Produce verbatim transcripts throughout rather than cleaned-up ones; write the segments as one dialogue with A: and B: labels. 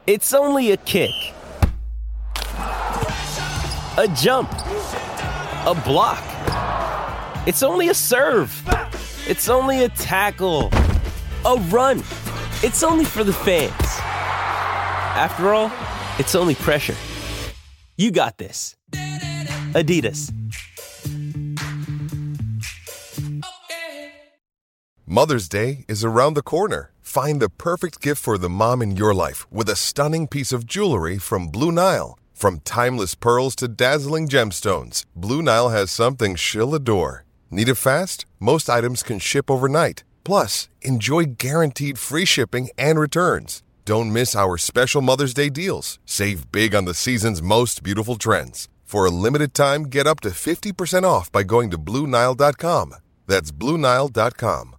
A: It's only a kick, a jump, a block. It's only a serve. It's only a tackle, a run. It's only for the fans. After all, it's only pressure. You got this. Adidas.
B: Mother's Day is around the corner. Find the perfect gift for the mom in your life with a stunning piece of jewelry from Blue Nile. From timeless pearls to dazzling gemstones, Blue Nile has something she'll adore. Need it fast? Most items can ship overnight. Plus, enjoy guaranteed free shipping and returns. Don't miss our special Mother's Day deals. Save big on the season's most beautiful trends. For a limited time, get up to fifty percent off by going to Blue Nile dot com. That's Blue Nile dot com.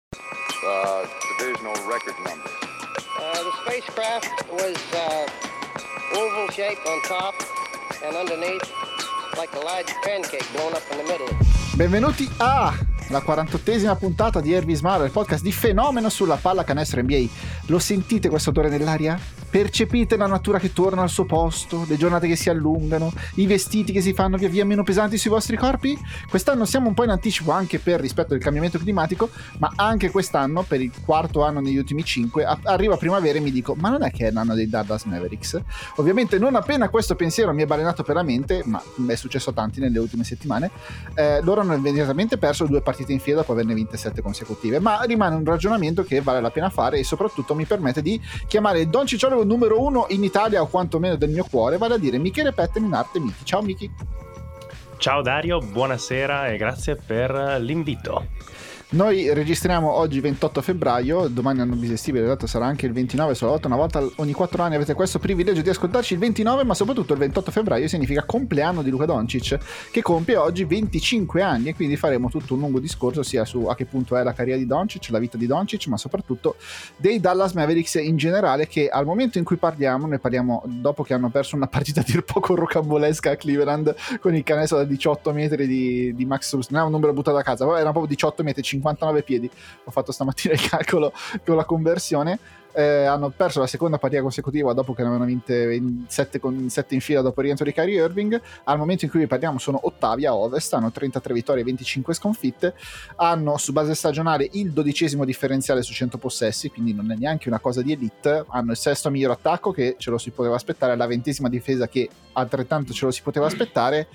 C: Uh, divisional record number.
D: Uh, the spacecraft was uh, oval shaped on top and underneath like a large pancake blown up in the middle.
E: Benvenuti a la quarantottesima puntata di Herbie Smart, il podcast di fenomeno sulla pallacanestro N B A. Lo sentite questo odore nell'aria? Percepite la natura che torna al suo posto, le giornate che si allungano, i vestiti che si fanno via via meno pesanti sui vostri corpi? Quest'anno siamo un po' in anticipo anche per rispetto al cambiamento climatico, ma anche quest'anno, per il quarto anno negli ultimi cinque, a- arriva primavera e mi dico, ma non è che è l'anno dei Dallas Mavericks? Ovviamente non appena questo pensiero mi è balenato per la mente, ma è successo a tanti nelle ultime settimane, eh, loro hanno immediatamente perso due partite in fila dopo averne vinte sette consecutive, ma rimane un ragionamento che vale la pena fare e soprattutto mi permette di chiamare il Don Cicciolo numero uno in Italia, o quantomeno del mio cuore, vale a dire Michele Pettine in arte Miki. Ciao Miki.
F: Ciao Dario, buonasera e grazie per l'invito.
E: Noi registriamo oggi ventotto febbraio, domani anno bisestile, esatto, sarà anche il ventinove, solo volta, una volta ogni quattro anni avete questo privilegio di ascoltarci il ventinove, ma soprattutto il ventotto febbraio significa compleanno di Luka Doncic, che compie oggi venticinque anni, e quindi faremo tutto un lungo discorso sia su a che punto è la carriera di Doncic, la vita di Doncic, ma soprattutto dei Dallas Mavericks in generale, che al momento in cui parliamo, ne parliamo dopo che hanno perso una partita a dir poco rocambolesca a Cleveland con il canestro da diciotto metri di, di Max Strus, non è un numero buttato a casa, era proprio diciotto metri, cinquantanove piedi, ho fatto stamattina il calcolo con la conversione. Eh, hanno perso la seconda partita consecutiva dopo che ne avevano vinte sette con sette in fila dopo il rientro di Kyrie Irving. Al momento in cui vi parliamo sono ottavi a Ovest, hanno trentatré vittorie e venticinque sconfitte, hanno su base stagionale il dodicesimo differenziale su cento possessi, quindi non è neanche una cosa di elite, hanno il sesto miglior attacco, che ce lo si poteva aspettare, la ventesima difesa, che altrettanto ce lo si poteva aspettare.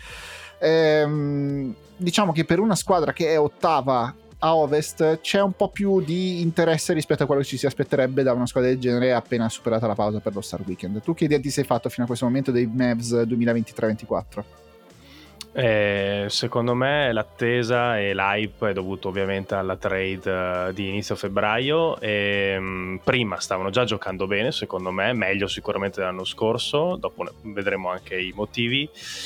E: Ehm, diciamo che per una squadra che è ottava a Ovest c'è un po' più di interesse rispetto a quello che ci si aspetterebbe da una squadra del genere appena superata la pausa per lo Star Weekend. Tu che idea ti sei fatto fino a questo momento dei Mavs duemilaventitré ventiquattro?
F: Eh, secondo me l'attesa e l'hype è dovuto ovviamente alla trade uh, di inizio febbraio e, um, prima stavano già giocando bene, secondo me meglio sicuramente dell'anno scorso, dopo ne vedremo anche i motivi,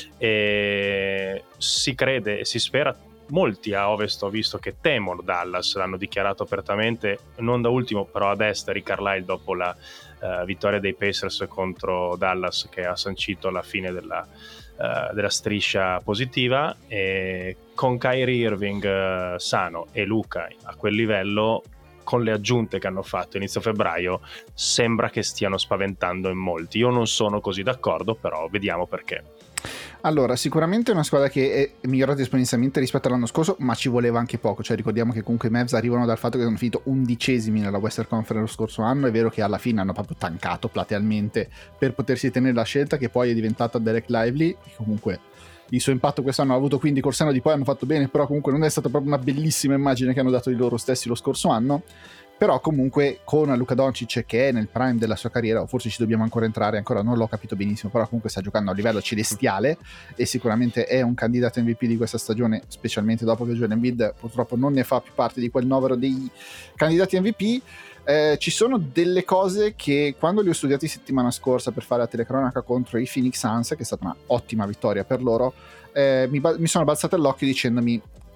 F: e si crede e si spera. Molti a Ovest ho visto che temono Dallas, l'hanno dichiarato apertamente, non da ultimo però ad est Rick Carlisle dopo la uh, vittoria dei Pacers contro Dallas, che ha sancito la fine della, uh, della striscia positiva, e con Kyrie Irving uh, sano e Luka a quel livello, con le aggiunte che hanno fatto inizio febbraio, sembra che stiano spaventando in molti. Io non sono così d'accordo, però vediamo perché.
E: Allora, sicuramente è una squadra che è migliorata esponenzialmente rispetto all'anno scorso, ma ci voleva anche poco, cioè ricordiamo che comunque i Mavs arrivano dal fatto che hanno finito undicesimi nella Western Conference lo scorso anno. È vero che alla fine hanno proprio tancato platealmente per potersi tenere la scelta, che poi è diventata Derek Lively, che comunque il suo impatto quest'anno ha avuto, quindi col seno di poi hanno fatto bene, però comunque non è stata proprio una bellissima immagine che hanno dato di loro stessi lo scorso anno. Però comunque con Luka Doncic, che è nel prime della sua carriera, o forse ci dobbiamo ancora entrare, ancora non l'ho capito benissimo, però comunque sta giocando a un livello celestiale e sicuramente è un candidato M V P di questa stagione, specialmente dopo che Joel Embiid purtroppo non ne fa più parte di quel novero dei candidati M V P. Eh, ci sono delle cose che quando li ho studiati settimana scorsa per fare la telecronaca contro i Phoenix Suns, che è stata una ottima vittoria per loro, eh, mi, ba- mi sono balzato all'occhio dicendomi: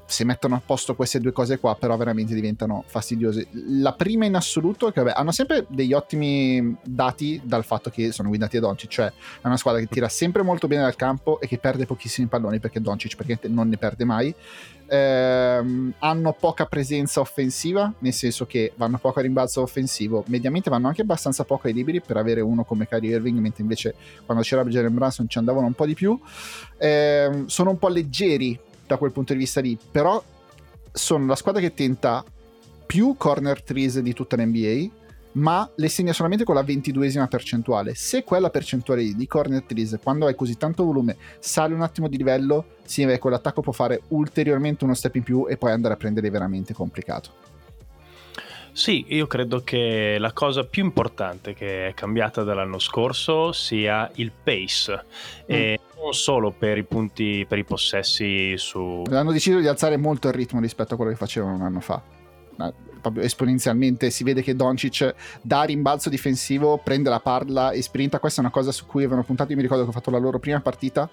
E: se mettono a posto queste due cose qua, però veramente diventano fastidiose. La prima in assoluto è che vabbè, hanno sempre degli ottimi dati dal fatto che sono guidati da Doncic, cioè è una squadra che tira sempre molto bene dal campo e che perde pochissimi palloni, perché Doncic praticamente non ne perde mai. Ehm, hanno poca presenza offensiva, nel senso che vanno poco a rimbalzo offensivo, mediamente vanno anche abbastanza poco ai liberi per avere uno come Kyrie Irving, mentre invece quando c'era Jalen Brunson ci andavano un po' di più. Ehm, sono un po' leggeri da quel punto di vista lì, però sono la squadra che tenta più corner threes di tutta l'N B A, ma le segna solamente con la ventiduesima percentuale. Se quella percentuale di corner threes, quando hai così tanto volume, sale un attimo di livello, sì, beh, quell'attacco può fare ulteriormente uno step in più e poi andare a prendere veramente complicato.
F: Sì, io credo che la cosa più importante che è cambiata dall'anno scorso sia il pace, mm. e non solo per i punti, per i possessi su...
E: Hanno deciso di alzare molto il ritmo rispetto a quello che facevano un anno fa, proprio esponenzialmente. Si vede che Doncic dà rimbalzo difensivo, prende la palla e sprinta. Questa è una cosa su cui avevano puntato. Io mi ricordo che ho fatto la loro prima partita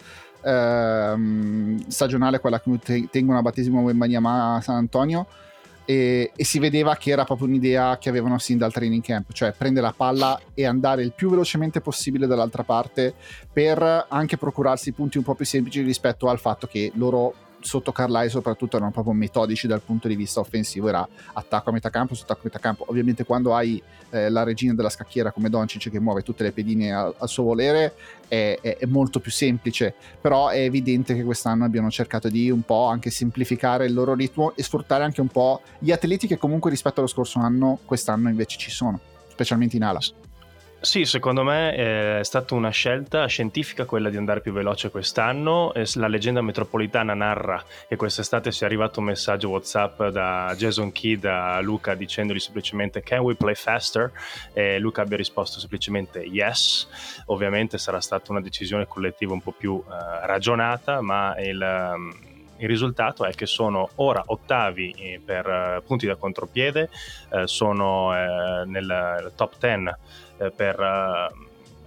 E: ehm, stagionale, quella che tengono a battesimo Wembanyama a San Antonio, e, e si vedeva che era proprio un'idea che avevano sin dal training camp, cioè prendere la palla e andare il più velocemente possibile dall'altra parte per anche procurarsi punti un po' più semplici rispetto al fatto che loro sotto Carlisle soprattutto erano proprio metodici dal punto di vista offensivo, era attacco a metà campo su attacco a metà campo. Ovviamente quando hai eh, la regina della scacchiera come Doncic che muove tutte le pedine al, al suo volere è, è, è molto più semplice, però è evidente che quest'anno abbiano cercato di un po' anche semplificare il loro ritmo e sfruttare anche un po' gli atleti che comunque rispetto allo scorso anno quest'anno invece ci sono, specialmente in ala.
F: Sì, secondo me è stata una scelta scientifica quella di andare più veloce quest'anno. La leggenda metropolitana narra che quest'estate sia arrivato un messaggio WhatsApp da Jason Kidd a Luca dicendogli semplicemente "Can we play faster?" e Luca abbia risposto semplicemente yes. Ovviamente sarà stata una decisione collettiva un po' più uh, ragionata, ma il... Um, Il risultato è che sono ora ottavi per uh, punti da contropiede, uh, sono uh, nel top dieci uh, per uh,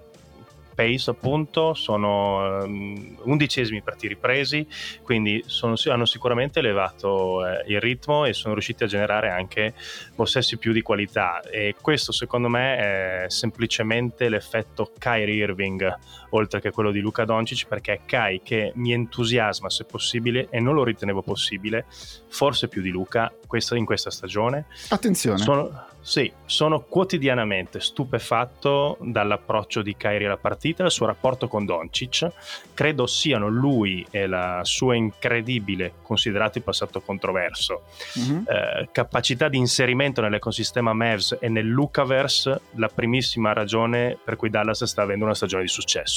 F: pace, appunto, sono um, undicesimi per tiri presi, quindi sono, hanno sicuramente elevato uh, il ritmo e sono riusciti a generare anche possessi più di qualità, e questo secondo me è semplicemente l'effetto Kyrie Irving oltre che quello di Luka Doncic, perché è Kai che mi entusiasma se possibile, e non lo ritenevo possibile, forse più di Luka questa, in questa stagione.
E: Attenzione,
F: sono, sì, sono quotidianamente stupefatto dall'approccio di Kyrie alla partita, il suo rapporto con Doncic. Credo siano lui e la sua incredibile, considerato il passato controverso, mm-hmm. eh, capacità di inserimento nell'ecosistema Mavs e nel Lukaverse la primissima ragione per cui Dallas sta avendo una stagione di successo.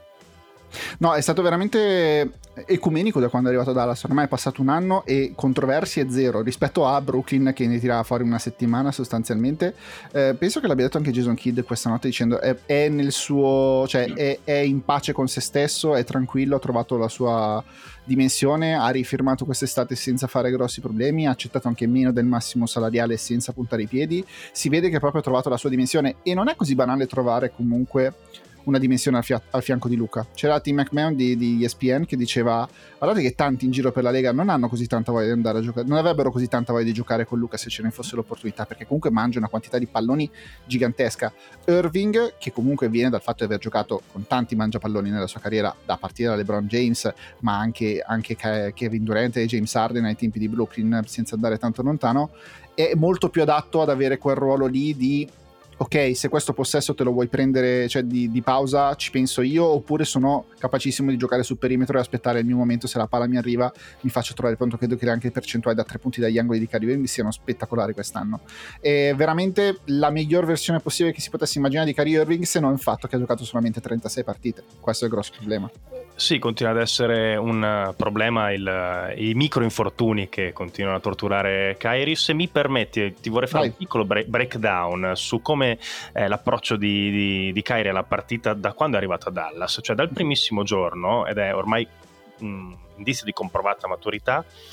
E: No, è stato veramente ecumenico da quando è arrivato a Dallas. Ormai è passato un anno e controversie zero rispetto a Brooklyn che ne tirava fuori una settimana sostanzialmente. Eh, penso che l'abbia detto anche Jason Kidd questa notte, dicendo è, è nel suo, cioè è, è in pace con se stesso, è tranquillo, ha trovato la sua dimensione, ha rifirmato quest'estate senza fare grossi problemi, ha accettato anche meno del massimo salariale senza puntare i piedi. Si vede che proprio ha trovato la sua dimensione, e non è così banale trovare comunque una dimensione al, fia- al fianco di Luka. C'era Tim McMahon di, di E S P N che diceva: guardate che tanti in giro per la Lega non hanno così tanta voglia di andare a giocare, non avrebbero così tanta voglia di giocare con Luka se ce ne fosse l'opportunità, perché comunque mangia una quantità di palloni gigantesca. Irving, che comunque viene dal fatto di aver giocato con tanti mangiapalloni nella sua carriera, da partire da LeBron James, ma anche, anche Kevin Durant e James Harden ai tempi di Brooklyn, senza andare tanto lontano, è molto più adatto ad avere quel ruolo lì di ok, se questo possesso te lo vuoi prendere, cioè di, di pausa, ci penso io, oppure sono capacissimo di giocare sul perimetro e aspettare il mio momento, se la palla mi arriva mi faccio trovare pronto. Credo che anche le percentuali da tre punti dagli angoli di Kyrie Irving siano spettacolari quest'anno. È veramente la miglior versione possibile che si potesse immaginare di Kyrie Irving, se non il fatto che ha giocato solamente trentasei partite. Questo è il grosso problema.
F: Sì, continua ad essere un problema il, i micro infortuni che continuano a torturare Kyrie. Se mi permetti, ti vorrei fare Vai. un piccolo break- breakdown su come è l'approccio di, di, di Kyrie alla partita da quando è arrivato a Dallas, cioè dal primissimo giorno, ed è ormai un indizio di comprovata maturità.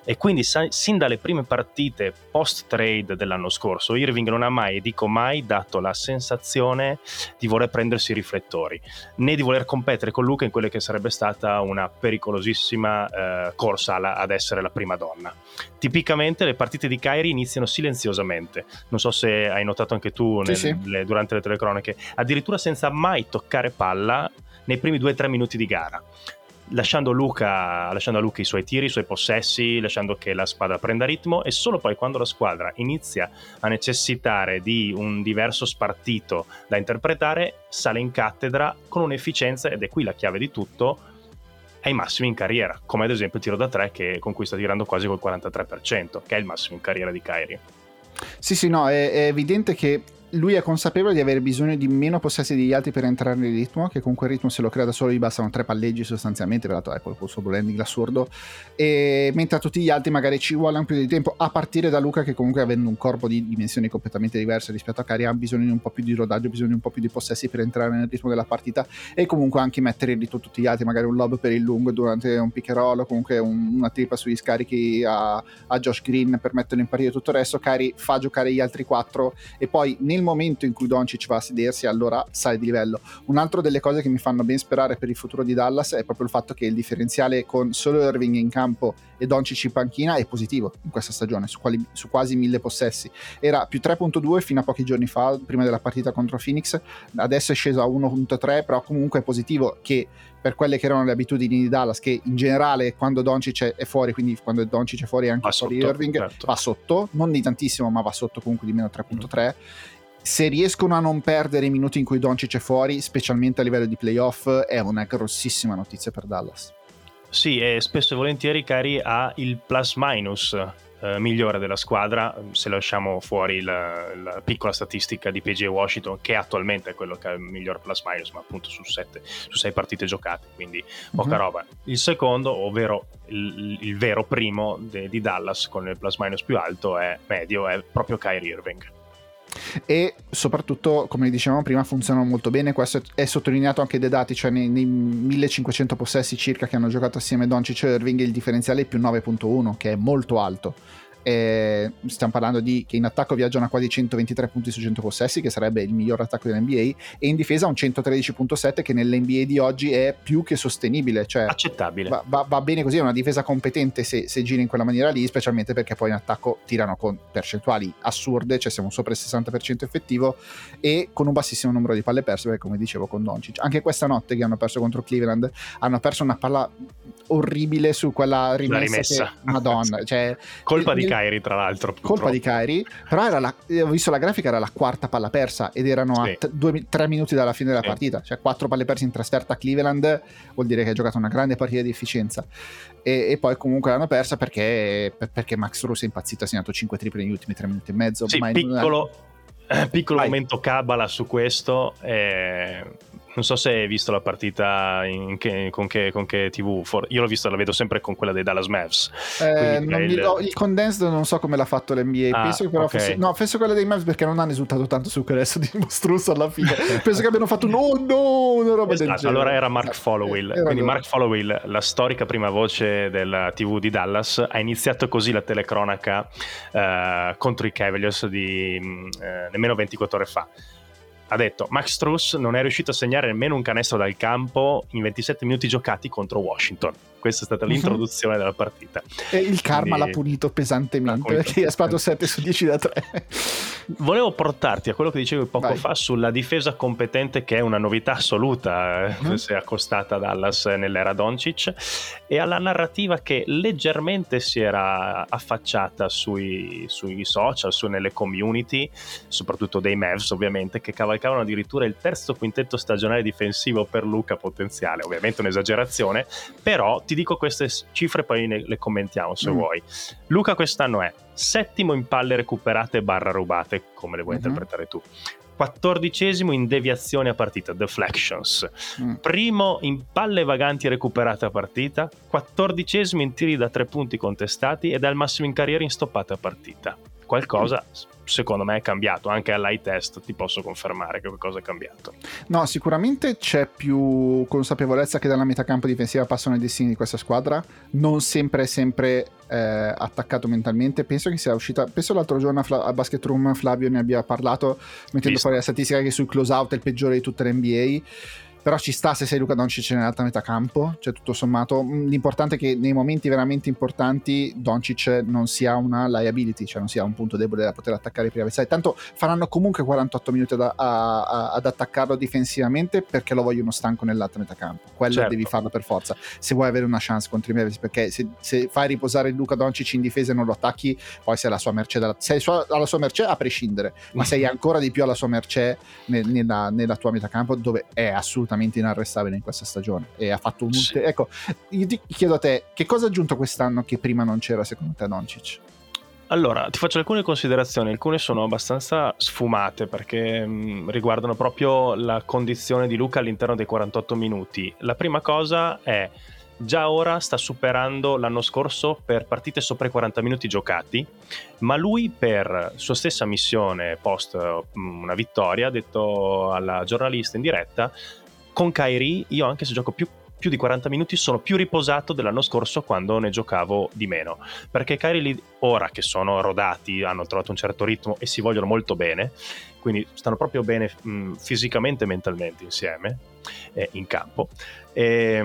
F: e quindi sa- sin dalle prime partite post trade dell'anno scorso Irving non ha mai, e dico mai, dato la sensazione di voler prendersi i riflettori, né di voler competere con Luka in quella che sarebbe stata una pericolosissima eh, corsa alla- ad essere la prima donna. Tipicamente le partite di Kyrie iniziano silenziosamente, non so se hai notato anche tu nel,
E: sì.
F: le, durante le telecronache, addirittura senza mai toccare palla nei primi due o tre minuti di gara, lasciando Luka lasciando a Luka i suoi tiri, i suoi possessi, lasciando che la squadra prenda ritmo, e solo poi quando la squadra inizia a necessitare di un diverso spartito da interpretare sale in cattedra con un'efficienza, ed è qui la chiave di tutto, ai massimi in carriera, come ad esempio il tiro da tre che, con cui sta tirando quasi col quarantatré per cento, che è il massimo in carriera di Kyrie.
E: Sì, sì, no, è, è evidente che lui è consapevole di avere bisogno di meno possessi degli altri per entrare nel ritmo, che comunque il ritmo se lo crea da solo, gli bastano tre palleggi sostanzialmente, per ecco il suo blending assurdo, e mentre a tutti gli altri magari ci vuole un po' di tempo, a partire da Luka che comunque, avendo un corpo di dimensioni completamente diverse rispetto a Kyrie, ha bisogno di un po' più di rodaggio, bisogno di un po' più di possessi per entrare nel ritmo della partita, e comunque anche mettere in ritmo tutti gli altri, magari un lob per il lungo durante un pick and roll, comunque un, una tripla sugli scarichi a, a Josh Green per metterlo in partita, tutto il resto. Kyrie fa giocare gli altri quattro, e poi nel momento in cui Doncic va a sedersi, allora sale di livello. Un'altra delle cose che mi fanno ben sperare per il futuro di Dallas è proprio il fatto che il differenziale con solo Irving in campo e Doncic in panchina è positivo in questa stagione, su, quali, su quasi mille possessi. Era più tre virgola due fino a pochi giorni fa, prima della partita contro Phoenix, adesso è sceso a uno virgola tre, però comunque è positivo, che per quelle che erano le abitudini di Dallas, che in generale quando Doncic è fuori, quindi quando Doncic è fuori anche
F: va
E: fuori
F: sotto,
E: Irving,
F: certo.
E: va sotto, non di tantissimo, ma va sotto comunque di meno tre virgola tre. Se riescono a non perdere i minuti in cui Doncic è fuori, specialmente a livello di playoff, è una grossissima notizia per Dallas.
F: Sì, e spesso e volentieri Kyrie ha il plus minus eh, migliore della squadra, se lasciamo fuori la, la piccola statistica di P J Washington, che attualmente è quello che ha il miglior plus minus, ma appunto su sette, su sei partite giocate, quindi poca uh-huh. roba. Il secondo, ovvero il, il vero primo de, di Dallas con il plus minus più alto, è medio, è proprio Kyrie Irving.
E: E soprattutto, come dicevamo prima, funzionano molto bene. Questo è sottolineato anche dai dati, cioè nei, nei millecinquecento possessi circa che hanno giocato assieme Doncic e Irving, il differenziale è più nove virgola uno, che è molto alto. E stiamo parlando di che in attacco viaggiano a quasi centoventitré punti su cento possessi, che sarebbe il miglior attacco dell'N B A, e in difesa un centotredici virgola sette, che nell'N B A di oggi è più che sostenibile, cioè
F: accettabile.
E: Va, va, va bene così, è una difesa competente se, se gira in quella maniera lì, specialmente perché poi in attacco tirano con percentuali assurde, cioè siamo sopra il sessanta per cento effettivo, e con un bassissimo numero di palle perse, perché come dicevo con Doncic, anche questa notte che hanno perso contro Cleveland, hanno perso una palla orribile su quella rimessa,
F: rimessa.
E: Che, madonna, cioè,
F: colpa
E: il,
F: di Kyrie, tra l'altro, purtroppo.
E: colpa di Kyrie, però era la, ho visto la grafica, era la quarta palla persa ed erano sì. a t- due, tre minuti dalla fine della sì. partita, cioè quattro palle perse in trasferta a Cleveland, vuol dire che ha giocato una grande partita di efficienza, e, e poi comunque l'hanno persa perché, perché Max Strus è impazzito, ha segnato cinque triple negli ultimi tre minuti e mezzo.
F: Sì,
E: ma
F: piccolo,
E: in...
F: piccolo
E: Vai.
F: momento cabala su questo, eh... non so se hai visto la partita in che, con, che, con che tivù. For, io l'ho vista, la vedo sempre con quella dei Dallas Mavs.
E: Eh, non
F: il...
E: mi, no, il condensed non so come l'ha fatto l'N B A.
F: Ah,
E: penso che però
F: okay.
E: fosse, no, penso quella dei Mavs, perché non hanno esultato tanto su quel resto di Mostrusso alla fine. Penso che abbiano fatto un oh no, una roba
F: esatto,
E: del genere.
F: Allora era Mark
E: esatto.
F: Followill.
E: Era
F: Quindi
E: allora.
F: Mark Followill, la storica prima voce della tivù di Dallas, ha iniziato così la telecronaca eh, contro i Cavaliers di eh, nemmeno ventiquattro ore fa. Ha detto: Max Strus non è riuscito a segnare nemmeno un canestro dal campo in ventisette minuti giocati contro Washington. Questa è stata uh-huh. l'introduzione della partita.
E: E il karma
F: Quindi...
E: l'ha punito pesantemente,
F: punito
E: perché ha sparato sette su dieci da tre.
F: Volevo portarti a quello che dicevi poco
E: Vai.
F: fa sulla difesa competente, che è una novità assoluta,
E: uh-huh.
F: eh, se accostata a Dallas nell'era Doncic, e alla narrativa che leggermente si era affacciata sui, sui social, su, nelle community, soprattutto dei Mavs ovviamente, che cavalcavano addirittura il terzo quintetto stagionale difensivo per Luka potenziale. Ovviamente un'esagerazione, però ti dico queste cifre, poi ne, le commentiamo se mm. vuoi. Luka quest'anno è settimo in palle recuperate barra rubate, come le vuoi mm-hmm. interpretare tu, quattordicesimo in deviazioni a partita, deflections, mm. primo in palle vaganti recuperate a partita, quattordicesimo in tiri da tre punti contestati ed è al massimo in carriera in stoppate a partita. qualcosa secondo me è cambiato. Anche all'eye test ti posso confermare che qualcosa è cambiato.
E: No, sicuramente c'è più consapevolezza che dalla metà campo difensiva passano i destini di questa squadra. Non sempre è sempre eh, attaccato mentalmente. Penso che sia uscita, penso l'altro giorno a, Fla- a Basket Room Flavio ne abbia parlato, mettendo
F: Visto.
E: fuori la statistica che sul close out è il peggiore di tutte le N B A. Però ci sta se sei Luka Doncic nell'alta metà campo, cioè tutto sommato l'importante è che nei momenti veramente importanti Doncic non sia una liability, cioè non sia un punto debole da poter attaccare i primi avversari. Tanto faranno comunque quarantotto minuti ad, a, a, ad attaccarlo difensivamente, perché lo vogliono stanco nell'alta metà campo. Quello
F: certo.
E: Devi farlo per forza se vuoi avere una chance contro i Mavericks, perché se, se fai riposare Luka Doncic in difesa e non lo attacchi, poi sei alla sua mercé, dalla, sei sua, alla sua mercé a prescindere, ma sei ancora di più alla sua mercé nel, nella, nella tua metà campo, dove è assolutamente inarrestabile in questa stagione e ha fatto un
F: sì.
E: ulteriore. Ecco, io ti chiedo a te, che cosa ha aggiunto quest'anno che prima non c'era secondo te Doncic?
F: Allora, ti faccio alcune considerazioni, alcune sono abbastanza sfumate perché mh, riguardano proprio la condizione di Luka all'interno dei quarantotto minuti. La prima cosa è: già ora sta superando l'anno scorso per partite sopra i quaranta minuti giocati, ma lui per sua stessa missione post una vittoria ha detto alla giornalista in diretta: con Kyrie io, anche se gioco più, più di quaranta minuti, sono più riposato dell'anno scorso quando ne giocavo di meno, perché Kyrie lì, ora che sono rodati, hanno trovato un certo ritmo e si vogliono molto bene, quindi stanno proprio bene mh, fisicamente e mentalmente insieme eh, in campo, e,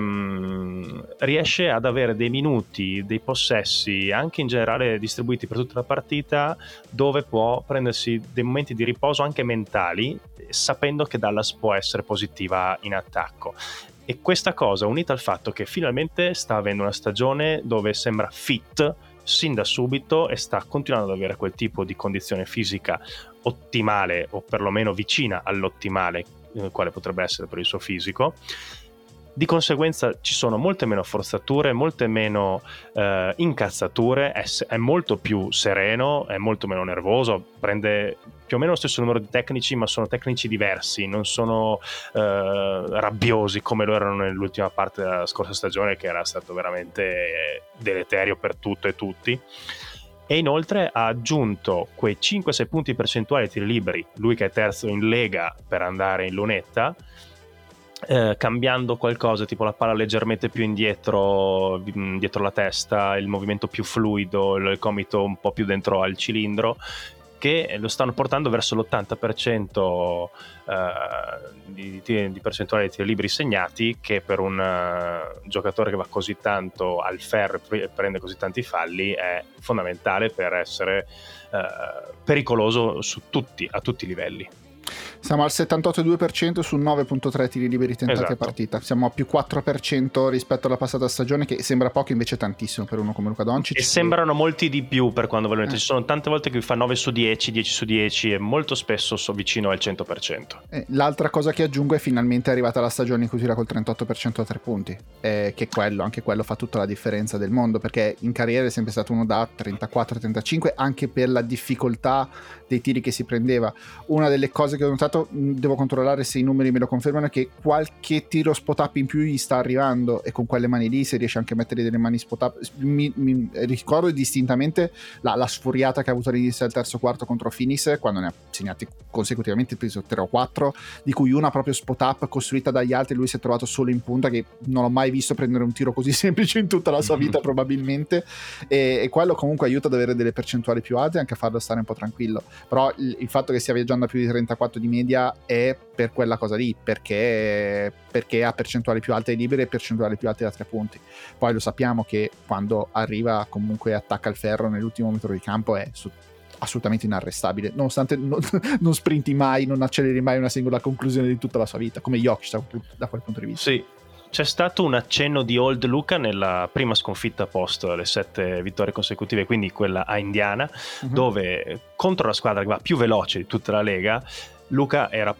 F: mh, riesce ad avere dei minuti, dei possessi anche in generale distribuiti per tutta la partita, dove può prendersi dei momenti di riposo anche mentali, sapendo che Dallas può essere positiva in attacco. E questa cosa, unita al fatto che finalmente sta avendo una stagione dove sembra fit sin da subito e sta continuando ad avere quel tipo di condizione fisica ottimale, o perlomeno vicina all'ottimale, eh, quale potrebbe essere per il suo fisico. Di conseguenza ci sono molte meno forzature, molte meno eh, incazzature, è, è molto più sereno, è molto meno nervoso, prende più o meno lo stesso numero di tecnici, ma sono tecnici diversi, non sono eh, rabbiosi come lo erano nell'ultima parte della scorsa stagione, che era stato veramente deleterio per tutto e tutti. E inoltre ha aggiunto quei cinque sei punti percentuali di tiri liberi, lui che è terzo in lega per andare in lunetta, Eh, cambiando qualcosa, tipo la palla leggermente più indietro dietro la testa, il movimento più fluido, il gomito un po' più dentro al cilindro, che lo stanno portando verso l'ottanta per cento eh, di, di, di percentuale di tiri liberi segnati, che per un uh, giocatore che va così tanto al ferro e prende così tanti falli è fondamentale per essere uh, pericoloso su tutti, a tutti i livelli.
E: Siamo al settantotto virgola due per cento su nove virgola tre tiri liberi tentati
F: esatto.
E: a partita. Siamo a più quattro per cento rispetto alla passata stagione, che sembra poco, invece tantissimo per uno come Luka Doncic.
F: E sembrano molti di più per quando ve lo metti.
E: Eh.
F: Ci sono tante volte che fa nove su dieci, dieci su dieci, e molto spesso so vicino al cento per cento.
E: Eh, l'altra cosa che aggiungo è finalmente è arrivata la stagione in cui tira col trentotto per cento a tre punti. Eh, che quello, anche quello fa tutta la differenza del mondo, perché in carriera è sempre stato uno da trentaquattro trentacinque, anche per la difficoltà dei tiri che si prendeva. Una delle cose che ho notato, devo controllare se i numeri me lo confermano, è che qualche tiro spot up in più gli sta arrivando, e con quelle mani lì, se riesce anche a mettere delle mani spot up, mi, mi ricordo distintamente la, la sfuriata che ha avuto all'inizio del terzo quarto contro Phoenix, quando ne ha segnati consecutivamente preso tre o quattro, di cui una proprio spot up costruita dagli altri, lui si è trovato solo in punta, che non ho mai visto prendere un tiro così semplice in tutta la sua vita probabilmente, e, e quello comunque aiuta ad avere delle percentuali più alte e anche a farlo stare un po' tranquillo. Però il, il fatto che stia viaggiando a più di trentaquattro di media è per quella cosa lì, perché, perché ha percentuali più alte ai liberi e percentuali più alte da tre punti. Poi lo sappiamo che quando arriva comunque attacca il ferro nell'ultimo metro di campo è su, assolutamente inarrestabile, nonostante non, non sprinti mai, non acceleri mai una singola conclusione di tutta la sua vita, come Jokic da, da quel punto di vista.
F: Sì, c'è stato un accenno di old Luka nella prima sconfitta post le sette vittorie consecutive, quindi quella a Indiana, uh-huh. dove contro la squadra che va più veloce di tutta la Lega, Luka era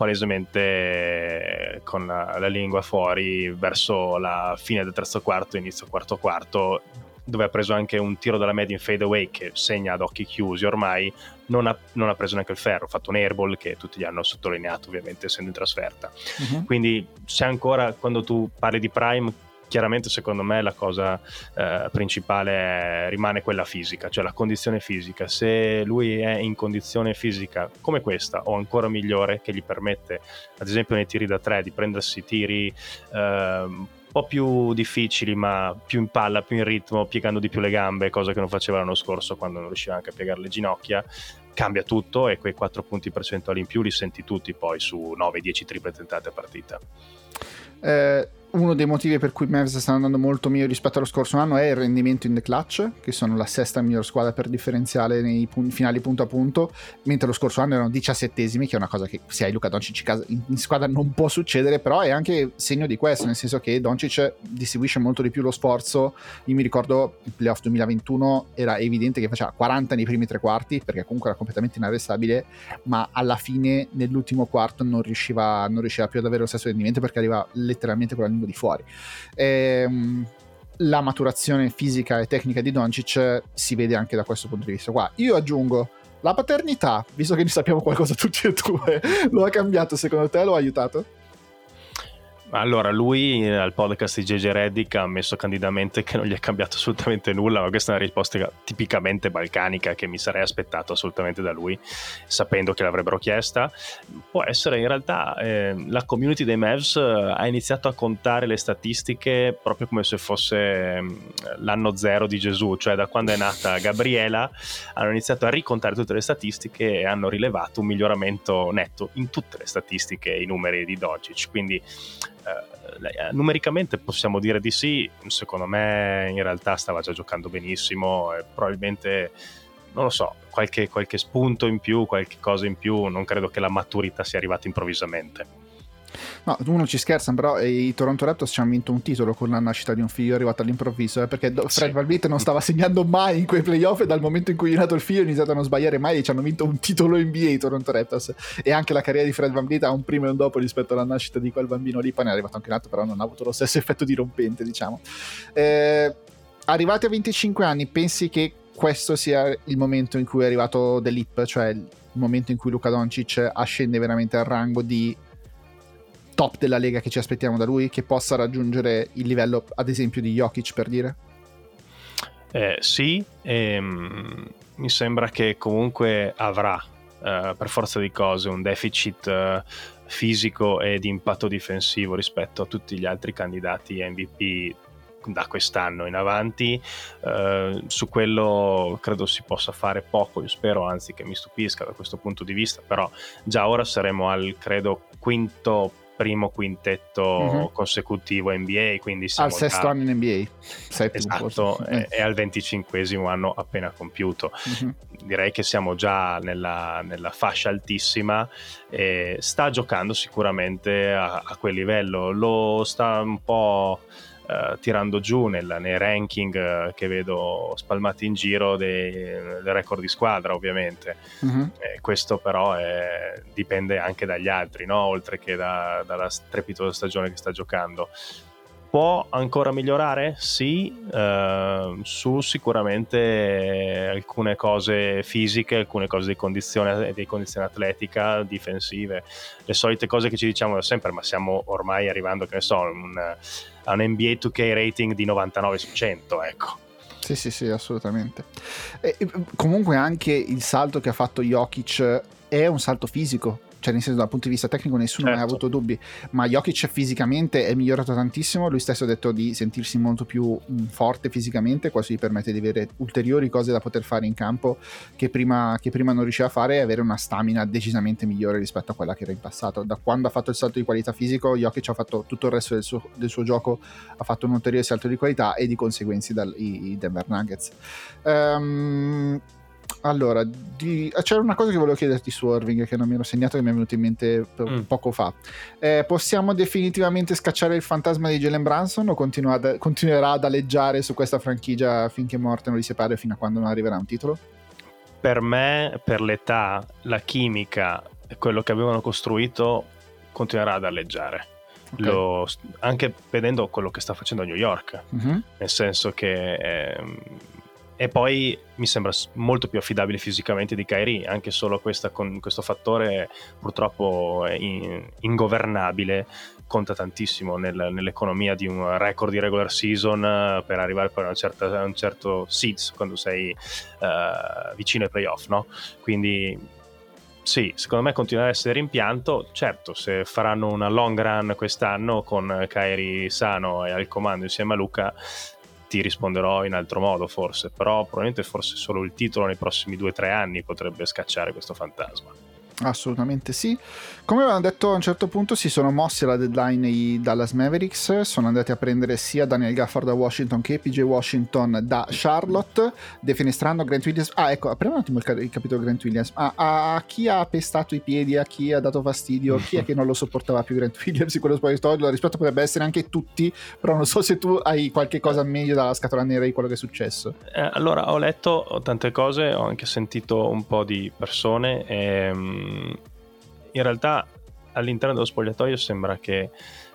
F: palesemente con la, la lingua fuori verso la fine del terzo quarto, inizio quarto quarto, dove ha preso anche un tiro dalla media in fade away che segna ad occhi chiusi ormai. Non ha, non ha preso neanche il ferro, ha fatto un airball che tutti gli hanno sottolineato, ovviamente essendo in trasferta. Uh-huh. Quindi c'è ancora, quando tu parli di prime, chiaramente secondo me la cosa eh, principale è, rimane quella fisica, cioè la condizione fisica. Se lui è in condizione fisica come questa o ancora migliore, che gli permette ad esempio nei tiri da tre di prendersi tiri eh, un po' più difficili ma più in palla, più in ritmo, piegando di più le gambe, cosa che non faceva l'anno scorso quando non riusciva anche a piegare le ginocchia, cambia tutto, e quei quattro punti percentuali in più li senti tutti poi su nove dieci triple tentate a partita.
E: Eh, uno dei motivi per cui i Mavs stanno andando molto meglio rispetto allo scorso anno è il rendimento in the clutch, che sono la sesta miglior squadra per differenziale nei pun- finali punto a punto, mentre lo scorso anno erano diciassettesimi, che è una cosa che se hai Luka Doncic in, in squadra non può succedere, però è anche segno di questo, nel senso che Doncic distribuisce molto di più lo sforzo. Io mi ricordo il playoff duemilaventuno, era evidente che faceva quaranta nei primi tre quarti, perché comunque era completamente inarrestabile, ma alla fine nell'ultimo quarto non riusciva, non riusciva più ad avere lo stesso rendimento, perché arriva letteralmente con la lingua di fuori. Ehm, la maturazione fisica e tecnica di Doncic si vede anche da questo punto di vista qua. Io aggiungo la paternità, visto che ne sappiamo qualcosa tutti e due, lo ha cambiato secondo te? Lo ha aiutato?
F: Allora, lui al podcast di J J Redick ha ammesso candidamente che non gli è cambiato assolutamente nulla, ma questa è una risposta tipicamente balcanica che mi sarei aspettato assolutamente da lui, sapendo che l'avrebbero chiesta. Può essere, in realtà eh, la community dei Mavs ha iniziato a contare le statistiche proprio come se fosse l'anno zero di Gesù, cioè da quando è nata Gabriela hanno iniziato a ricontare tutte le statistiche e hanno rilevato un miglioramento netto in tutte le statistiche, i numeri di Doncic, quindi Uh, numericamente possiamo dire di sì. Secondo me in realtà stava già giocando benissimo e probabilmente, non lo so, qualche, qualche spunto in più, qualche cosa in più, non credo che la maturità sia arrivata improvvisamente.
E: No, uno ci scherza, però i Toronto Raptors ci hanno vinto un titolo con la nascita di un figlio arrivato all'improvviso, eh, perché Fred sì. VanVleet non stava segnando mai in quei playoff, e dal momento in cui è nato il figlio ha iniziato a non sbagliare mai, e ci hanno vinto un titolo N B A i Toronto Raptors. E anche la carriera di Fred VanVleet ha un prima e un dopo rispetto alla nascita di quel bambino lì. Poi ne è arrivato anche un altro, però non ha avuto lo stesso effetto dirompente, diciamo. Eh, arrivati a venticinque anni, pensi che questo sia il momento in cui è arrivato The Leap, cioè il momento in cui Luka Doncic ascende veramente al rango di top della Lega che ci aspettiamo da lui, che possa raggiungere il livello ad esempio di Jokic, per dire?
F: Eh, sì, ehm, mi sembra che comunque avrà eh, per forza di cose un deficit eh, fisico e di impatto difensivo rispetto a tutti gli altri candidati M V P da quest'anno in avanti. Eh, su quello credo si possa fare poco, io spero anzi che mi stupisca da questo punto di vista, però già ora saremo al credo quinto primo quintetto mm-hmm. consecutivo N B A, quindi siamo
E: al sesto
F: già...
E: anno in N B A. Settimo,
F: esatto, e, e al venticinquesimo anno appena compiuto. Mm-hmm. Direi che siamo già nella, nella fascia altissima, e sta giocando sicuramente a, a quel livello, lo sta un po' Uh, tirando giù nel, nei ranking uh, che vedo spalmati in giro dei, dei record di squadra, ovviamente. Uh-huh. E questo però è, dipende anche dagli altri, no? Oltre che da, dalla strepitosa stagione che sta giocando. Può ancora migliorare? Sì, uh, su sicuramente alcune cose fisiche, alcune cose di condizione, di condizione atletica, difensive, le solite cose che ci diciamo da sempre, ma stiamo ormai arrivando, che ne so, un, a un N B A due K rating di novantanove su cento, ecco.
E: Sì, sì, sì, assolutamente. E, comunque anche il salto che ha fatto Jokic è un salto fisico, cioè nel senso dal punto di vista tecnico nessuno certo. ha avuto dubbi, ma Jokic fisicamente è migliorato tantissimo. Lui stesso ha detto di sentirsi molto più mh, forte fisicamente, questo gli permette di avere ulteriori cose da poter fare in campo che prima, che prima non riusciva a fare, e avere una stamina decisamente migliore rispetto a quella che era in passato. Da quando ha fatto il salto di qualità fisico, Jokic ha fatto tutto il resto del suo, del suo gioco, ha fatto un ulteriore salto di qualità, e di conseguenza dal, i, i Denver Nuggets. Um, Allora, di... c'era una cosa che volevo chiederti su Irving che non mi ero segnato, che mi è venuto in mente mm. poco fa. Eh, possiamo definitivamente scacciare il fantasma di Jalen Brunson, o continua ad... continuerà ad aleggiare su questa franchigia finché morte non li separa e fino a quando non arriverà un titolo?
F: Per me, per l'età, la chimica e quello che avevano costruito continuerà ad aleggiare. Okay. Lo... anche vedendo quello che sta facendo a New York, mm-hmm. nel senso che... Eh... e poi mi sembra molto più affidabile fisicamente di Kyrie, anche solo questa, con questo fattore purtroppo in, ingovernabile conta tantissimo nel, nell'economia di un record di regular season per arrivare poi a, una certa, a un certo seeds quando sei uh, vicino ai playoff, no? Quindi sì, secondo me continua ad essere rimpianto. Certo, se faranno una long run quest'anno con Kyrie sano e al comando insieme a Luka, ti risponderò in altro modo forse, però probabilmente forse solo il titolo nei prossimi due o tre anni potrebbe scacciare questo fantasma.
E: Assolutamente sì. Come avevano detto, a un certo punto si sono mossi alla deadline i Dallas Mavericks, sono andati a prendere sia Daniel Gafford da Washington che P J Washington da Charlotte, defenestrando Grant Williams. Ah, ecco, apriamo un attimo il, il capitolo Grant Williams. Ah, a, a chi ha pestato i piedi, a chi ha dato fastidio, chi è che non lo sopportava più Grant Williams in quello spogliatoio? La risposta potrebbe essere anche tutti, però non so se tu hai qualche cosa meglio dalla scatola nera di quello che è successo.
F: Eh, allora, ho letto tante cose, ho anche sentito un po' di persone e in realtà all'interno dello spogliatoio sembra che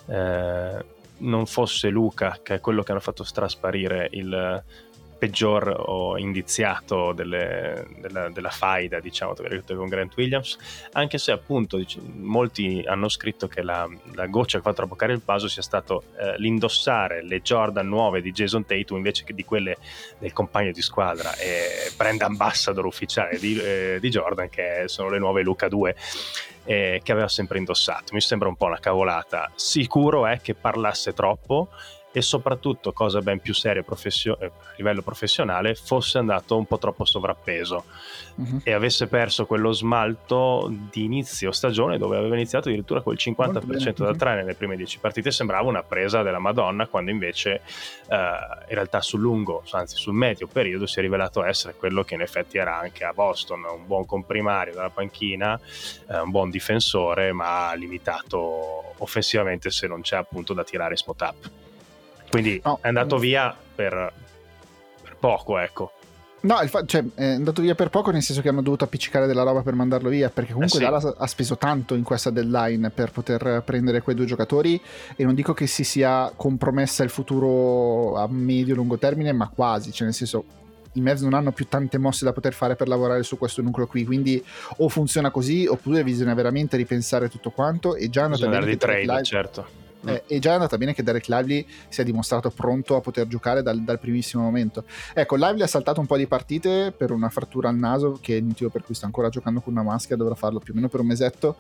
F: eh, non fosse Luka, che è quello che hanno fatto strasparire il peggior o indiziato delle, della, della faida, diciamo, con Grant Williams, anche se appunto dic- molti hanno scritto che la, la goccia che ha fatto traboccare il vaso sia stato eh, l'indossare le Jordan nuove di Jason Tatum invece che di quelle del compagno di squadra e brand ambassador ufficiale di, eh, di Jordan, che sono le nuove Luka due, eh, che aveva sempre indossato. Mi sembra un po' una cavolata. Sicuro è che parlasse troppo e soprattutto, cosa ben più seria professio- a livello professionale, fosse andato un po' troppo sovrappeso uh-huh. e avesse perso quello smalto di inizio stagione dove aveva iniziato addirittura col cinquanta per cento da tre nelle prime dieci partite. Sembrava una presa della Madonna, quando invece uh, in realtà sul lungo, anzi sul medio periodo, si è rivelato essere quello che in effetti era anche a Boston, un buon comprimario dalla panchina, uh, un buon difensore, ma limitato offensivamente se non c'è appunto da tirare spot up. Quindi no, è andato via per, per poco, ecco.
E: No, il fa- cioè, è andato via per poco nel senso che hanno dovuto appiccicare della roba per mandarlo via, perché comunque eh sì. Dallas ha speso tanto in questa deadline per poter prendere quei due giocatori, e non dico che si sia compromessa il futuro a medio-lungo termine, ma quasi, cioè nel senso i Mavs non hanno più tante mosse da poter fare per lavorare su questo nucleo qui, quindi o funziona così oppure bisogna veramente ripensare tutto quanto. E già è andata bene
F: di trade, live, certo.
E: Eh, è già andata bene che Derek Lively si è dimostrato pronto a poter giocare dal, dal primissimo momento. Ecco, Lively ha saltato un po' di partite per una frattura al naso, che è il motivo per cui sta ancora giocando con una maschera, dovrà farlo più o meno per un mesetto.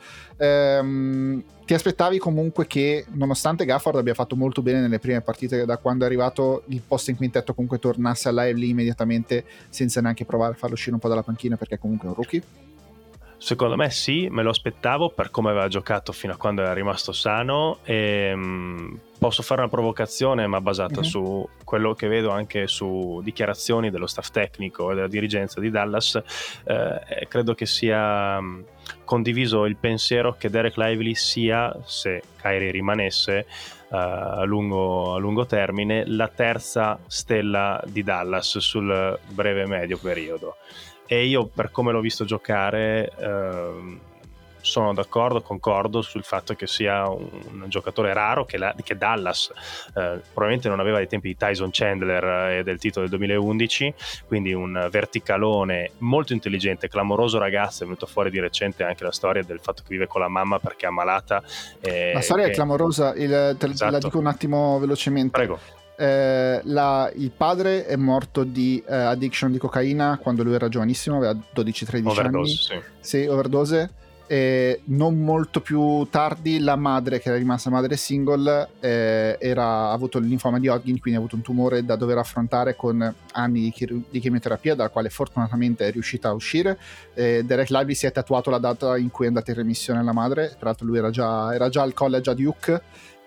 E: Ehm, ti aspettavi comunque che, nonostante Gafford abbia fatto molto bene nelle prime partite, da quando è arrivato il posto in quintetto comunque tornasse a Lively immediatamente senza neanche provare a farlo uscire un po' dalla panchina, perché è comunque un rookie?
F: Secondo me sì, me lo aspettavo per come aveva giocato fino a quando era rimasto sano. E, mh, posso fare una provocazione, ma basata mm-hmm. su quello che vedo anche su dichiarazioni dello staff tecnico e della dirigenza di Dallas. Eh, credo che sia mh, condiviso il pensiero che Derek Lively sia, se Kyrie rimanesse uh, a, lungo, a lungo termine, la terza stella di Dallas sul breve e medio periodo. E io, per come l'ho visto giocare, ehm, sono d'accordo, concordo sul fatto che sia un, un giocatore raro, che, la, che Dallas eh, probabilmente non aveva ai tempi di Tyson Chandler e del titolo del duemilaundici, quindi un verticalone molto intelligente, clamoroso ragazzo. È venuto fuori di recente anche la storia del fatto che vive con la mamma perché è ammalata. Eh,
E: la storia
F: che...
E: è clamorosa, il, te,
F: esatto.
E: La dico un attimo velocemente.
F: Prego.
E: Eh, la, il padre è morto di eh, addiction di cocaina quando lui era giovanissimo, aveva dodici tredici anni.
F: Sì.
E: Sì, overdose. E non molto più tardi la madre, che era rimasta madre single, eh, era, ha avuto il linfoma di Hodgkin, quindi ha avuto un tumore da dover affrontare con anni di, chir- di chemioterapia, dalla quale fortunatamente è riuscita a uscire. eh, Derek Lively si è tatuato la data in cui è andata in remissione la madre, tra l'altro lui era già, era già al college a Duke.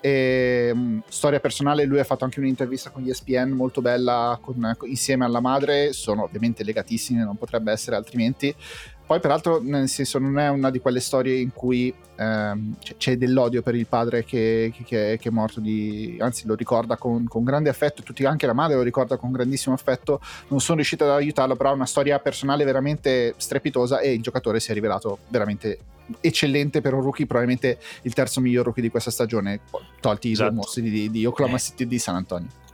E: E, um, storia personale, lui ha fatto anche un'intervista con E S P N molto bella con, insieme alla madre, sono ovviamente legatissimi, non potrebbe essere altrimenti. Poi peraltro, nel senso, non è una di quelle storie in cui ehm, c'è dell'odio per il padre che, che, che è morto di... anzi lo ricorda con, con grande affetto, tutti, anche la madre lo ricorda con grandissimo affetto. Non sono riuscita ad aiutarlo, però è una storia personale veramente strepitosa e il giocatore si è rivelato veramente eccellente per un rookie, probabilmente il terzo miglior rookie di questa stagione, tolti i esatto. due mostri di, di Oklahoma City e di San Antonio.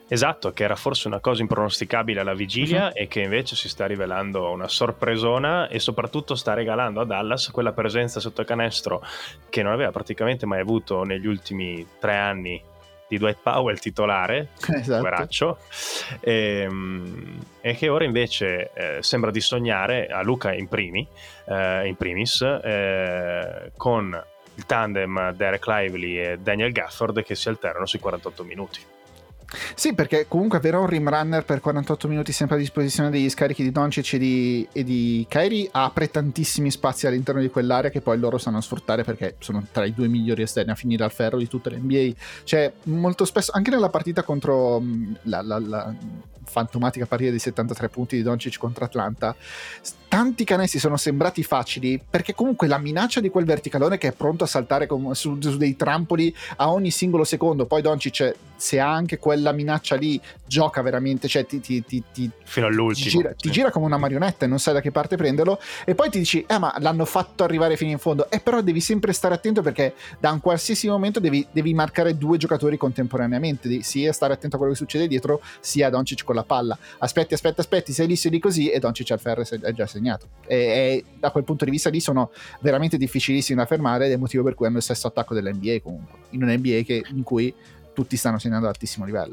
F: Esatto, che era forse una cosa impronosticabile alla vigilia
E: uh-huh.
F: e che invece si sta rivelando una sorpresona e soprattutto sta regalando a Dallas quella presenza sotto canestro che non aveva praticamente mai avuto negli ultimi tre anni di Dwight Powell titolare,
E: esatto.
F: poveraccio, e, e che ora invece eh, sembra di sognare, a Luka in, primi, eh, in primis, eh, con il tandem Derek Lively e Daniel Gafford che si alternano sui quarantotto minuti.
E: Sì, perché comunque avere un rim runner per quarantotto minuti sempre a disposizione degli scarichi di Doncic e di, e di Kyrie apre tantissimi spazi all'interno di quell'area che poi loro sanno sfruttare, perché sono tra i due migliori esterni a finire al ferro di tutta l'N B A. Cioè, molto spesso, anche nella partita contro la, la, la fantomatica partita di settantatré punti di Doncic contro Atlanta, tanti canestri sono sembrati facili perché comunque la minaccia di quel verticalone che è pronto a saltare con, su, su dei trampoli a ogni singolo secondo, poi Doncic, se ha anche quella minaccia lì, gioca veramente, cioè ti, ti, ti, ti
F: fino all'ultimo
E: ti gira, ti gira come una marionetta e non sai da che parte prenderlo, e poi ti dici eh ma l'hanno fatto arrivare fino in fondo, e eh, però devi sempre stare attento perché da un qualsiasi momento devi, devi marcare due giocatori contemporaneamente, devi sia stare attento a quello che succede dietro sia Doncic con la palla, aspetti aspetti aspetti sei lì sei lì così e Doncic al ferro è già segnato, e, e da quel punto di vista lì sono veramente difficilissimi da fermare, ed è il motivo per cui hanno il sesto attacco dell'N B A comunque, in un N B A che, in cui tutti stanno segnando ad altissimo livello.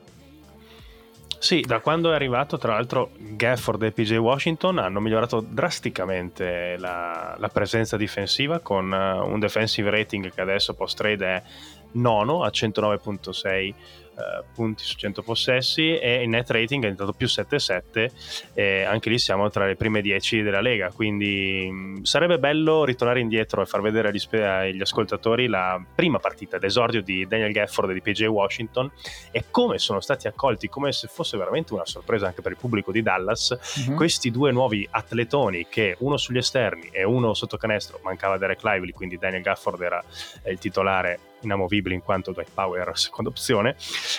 F: Sì, da quando è arrivato tra l'altro Gafford e P J Washington hanno migliorato drasticamente la, la presenza difensiva, con uh, un defensive rating che adesso post trade è nono a centonove virgola sei uh, punti su cento possessi, e il net rating è diventato più sette virgola sette, e anche lì siamo tra le prime dieci della Lega, quindi mh, sarebbe bello ritornare indietro e far vedere agli, spe- agli ascoltatori la prima partita d'esordio di Daniel Gafford e di P J Washington e come sono stati accolti, come se fosse veramente una sorpresa anche per il pubblico di Dallas, mm-hmm. questi due nuovi atletoni, che uno sugli esterni e uno sotto canestro, mancava Derek Lively, quindi Daniel Gafford era il titolare inamovibile in quanto Dwight Powell era seconda opzione,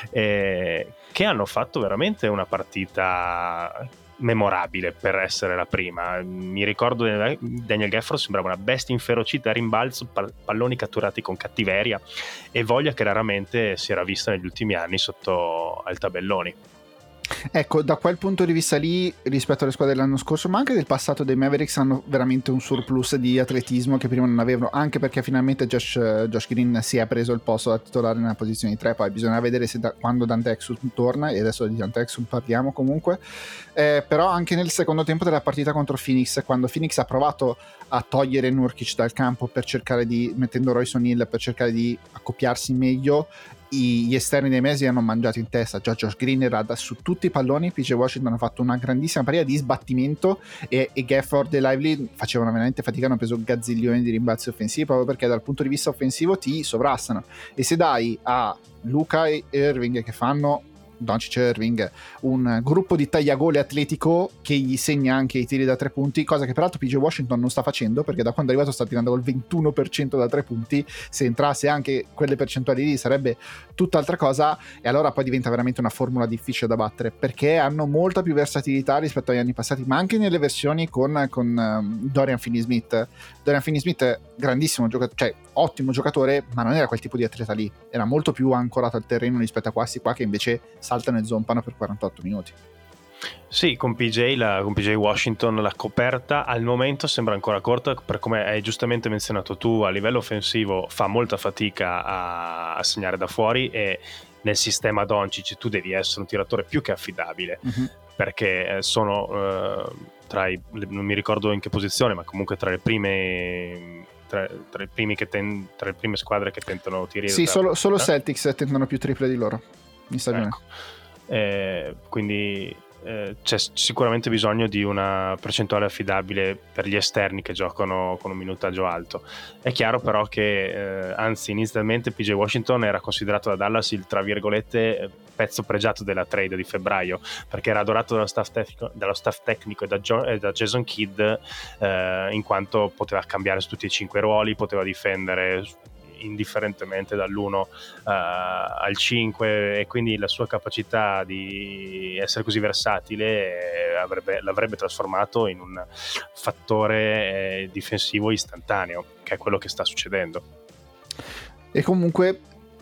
F: eh, che hanno fatto veramente una partita memorabile per essere la prima. Mi ricordo Daniel Gafford sembrava una bestia inferocita a rimbalzo, palloni catturati con cattiveria e voglia che raramente si era vista negli ultimi anni sotto al tabelloni.
E: Ecco, da quel punto di vista lì, rispetto alle squadre dell'anno scorso, ma anche del passato dei Mavericks, hanno veramente un surplus di atletismo che prima non avevano, anche perché finalmente Josh, Josh Green si è preso il posto da titolare nella posizione di tre, poi bisogna vedere se da, quando Dante Exum torna, e adesso di Dante Exum parliamo comunque, eh, però anche nel secondo tempo della partita contro Phoenix, quando Phoenix ha provato a togliere Nurkic dal campo per cercare di, mettendo Royce O'Neal per cercare di accoppiarsi meglio, gli esterni dei mesi hanno mangiato in testa. Già Josh Green era da, su tutti i palloni, P J Washington ha fatto una grandissima partita di sbattimento, e, e Gafford e Lively facevano veramente fatica, hanno preso gazziglioni di rimbalzi offensivi proprio perché dal punto di vista offensivo ti sovrastano, e se dai a Luka e Irving che fanno Doncic e Irving un gruppo di tagliagole atletico che gli segna anche i tiri da tre punti, cosa che peraltro P J Washington non sta facendo, perché da quando è arrivato sta tirando col ventuno per cento da tre punti, se entrasse anche quelle percentuali lì sarebbe tutt'altra cosa, e allora poi diventa veramente una formula difficile da battere, perché hanno molta più versatilità rispetto agli anni passati, ma anche nelle versioni con, con um, Dorian Finney-Smith. Dorian Finney-Smith grandissimo giocatore, cioè ottimo giocatore, ma non era quel tipo di atleta lì, era molto più ancorato al terreno rispetto a questi qua che invece saltano e zompano per quarantotto minuti.
F: Sì, con P J, la, con P J Washington la coperta al momento sembra ancora corta, per come hai giustamente menzionato tu, a livello offensivo fa molta fatica a, a segnare da fuori, e nel sistema Doncic tu devi essere un tiratore più che affidabile, uh-huh. perché sono uh, tra i, non mi ricordo in che posizione, ma comunque tra le prime tra, tra, i primi che ten, tra le prime squadre che tentano tiri.
E: Sì, solo, solo Celtics tentano più triple di loro in stagione.
F: Ecco. Eh, quindi eh, c'è sicuramente bisogno di una percentuale affidabile per gli esterni che giocano con un minutaggio alto. È chiaro però che eh, anzi inizialmente P J Washington era considerato da Dallas il tra virgolette pezzo pregiato della trade di febbraio, perché era adorato dallo staff tecnico, dallo staff tecnico e, da John, e da Jason Kidd, eh, in quanto poteva cambiare su tutti e cinque i ruoli, poteva difendere indifferentemente dall'uno uh, al cinque, e quindi la sua capacità di essere così versatile eh, avrebbe, l'avrebbe trasformato in un fattore eh, difensivo istantaneo, che è quello che sta succedendo.
E: E comunque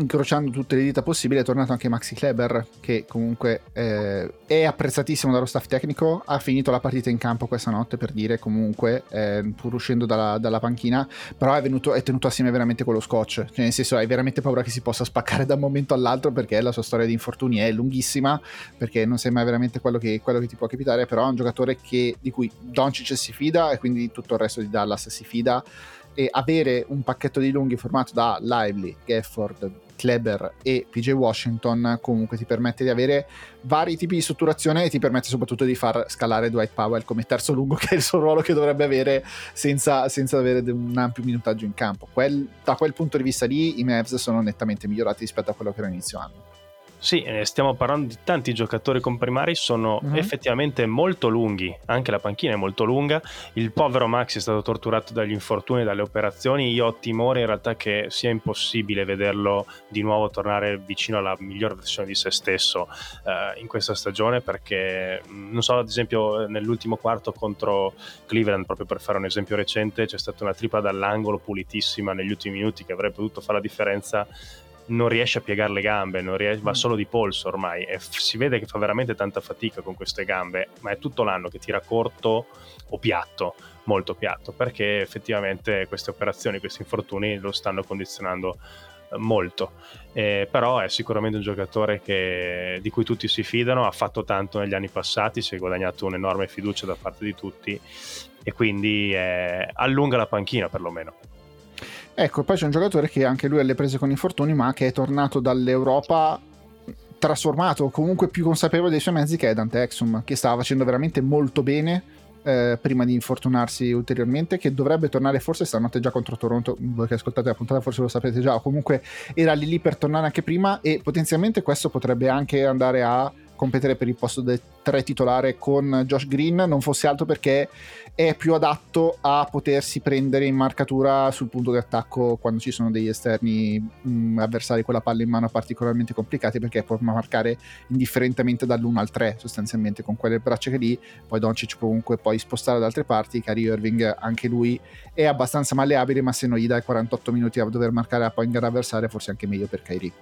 E: incrociando tutte le dita possibili, è tornato anche Maxi Kleber, che comunque eh, è apprezzatissimo dallo staff tecnico, ha finito la partita in campo questa notte, per dire, comunque eh, pur uscendo dalla, dalla panchina, però è, venuto, è tenuto assieme veramente con lo scotch, cioè nel senso hai veramente paura che si possa spaccare da un momento all'altro, perché la sua storia di infortuni è lunghissima, perché non sei mai veramente quello che, quello che ti può capitare, però è un giocatore che, di cui Doncic si fida e quindi tutto il resto di Dallas si fida, e avere un pacchetto di lunghi formato da Lively, Gafford, Kleber e P J Washington comunque ti permette di avere vari tipi di strutturazione e ti permette soprattutto di far scalare Dwight Powell come terzo lungo, che è il suo ruolo che dovrebbe avere senza, senza avere un ampio minutaggio in campo. Quel, da quel punto di vista lì i Mavs sono nettamente migliorati rispetto a quello che era inizio anno.
F: Sì, stiamo parlando di tanti giocatori comprimari, sono uh-huh. effettivamente molto lunghi, anche la panchina è molto lunga, il povero Maxi è stato torturato dagli infortuni e dalle operazioni, io ho timore in realtà che sia impossibile vederlo di nuovo tornare vicino alla miglior versione di se stesso uh, in questa stagione, perché non so, ad esempio nell'ultimo quarto contro Cleveland, proprio per fare un esempio recente, c'è stata una tripla dall'angolo pulitissima negli ultimi minuti che avrebbe potuto fare la differenza, non riesce a piegare le gambe, non riesce, va solo di polso ormai e f- si vede che fa veramente tanta fatica con queste gambe, ma è tutto l'anno che tira corto o piatto, molto piatto, perché effettivamente queste operazioni, questi infortuni lo stanno condizionando eh, molto, eh, però è sicuramente un giocatore che, di cui tutti si fidano, ha fatto tanto negli anni passati, si è guadagnato un'enorme fiducia da parte di tutti e quindi eh, allunga la panchina perlomeno.
E: Ecco, poi c'è un giocatore che anche lui ha le prese con infortuni, ma che è tornato dall'Europa trasformato, comunque più consapevole dei suoi mezzi, che è Dante Exum, che stava facendo veramente molto bene eh, prima di infortunarsi ulteriormente, che dovrebbe tornare forse stanotte già contro Toronto. Voi che ascoltate la puntata forse lo sapete già, o comunque era lì lì per tornare anche prima, e potenzialmente questo potrebbe anche andare a competere per il posto del tre titolare con Josh Green, non fosse altro perché è più adatto a potersi prendere in marcatura sul punto di attacco quando ci sono degli esterni mh, avversari con la palla in mano particolarmente complicati, perché può marcare indifferentemente dall'uno al tre sostanzialmente con quelle braccia che lì. Poi Doncic comunque puoi spostare da altre parti, Kyrie Irving anche lui è abbastanza malleabile, ma se non gli dai quarantotto minuti a dover marcare la point guard avversaria forse anche meglio per Kyrie.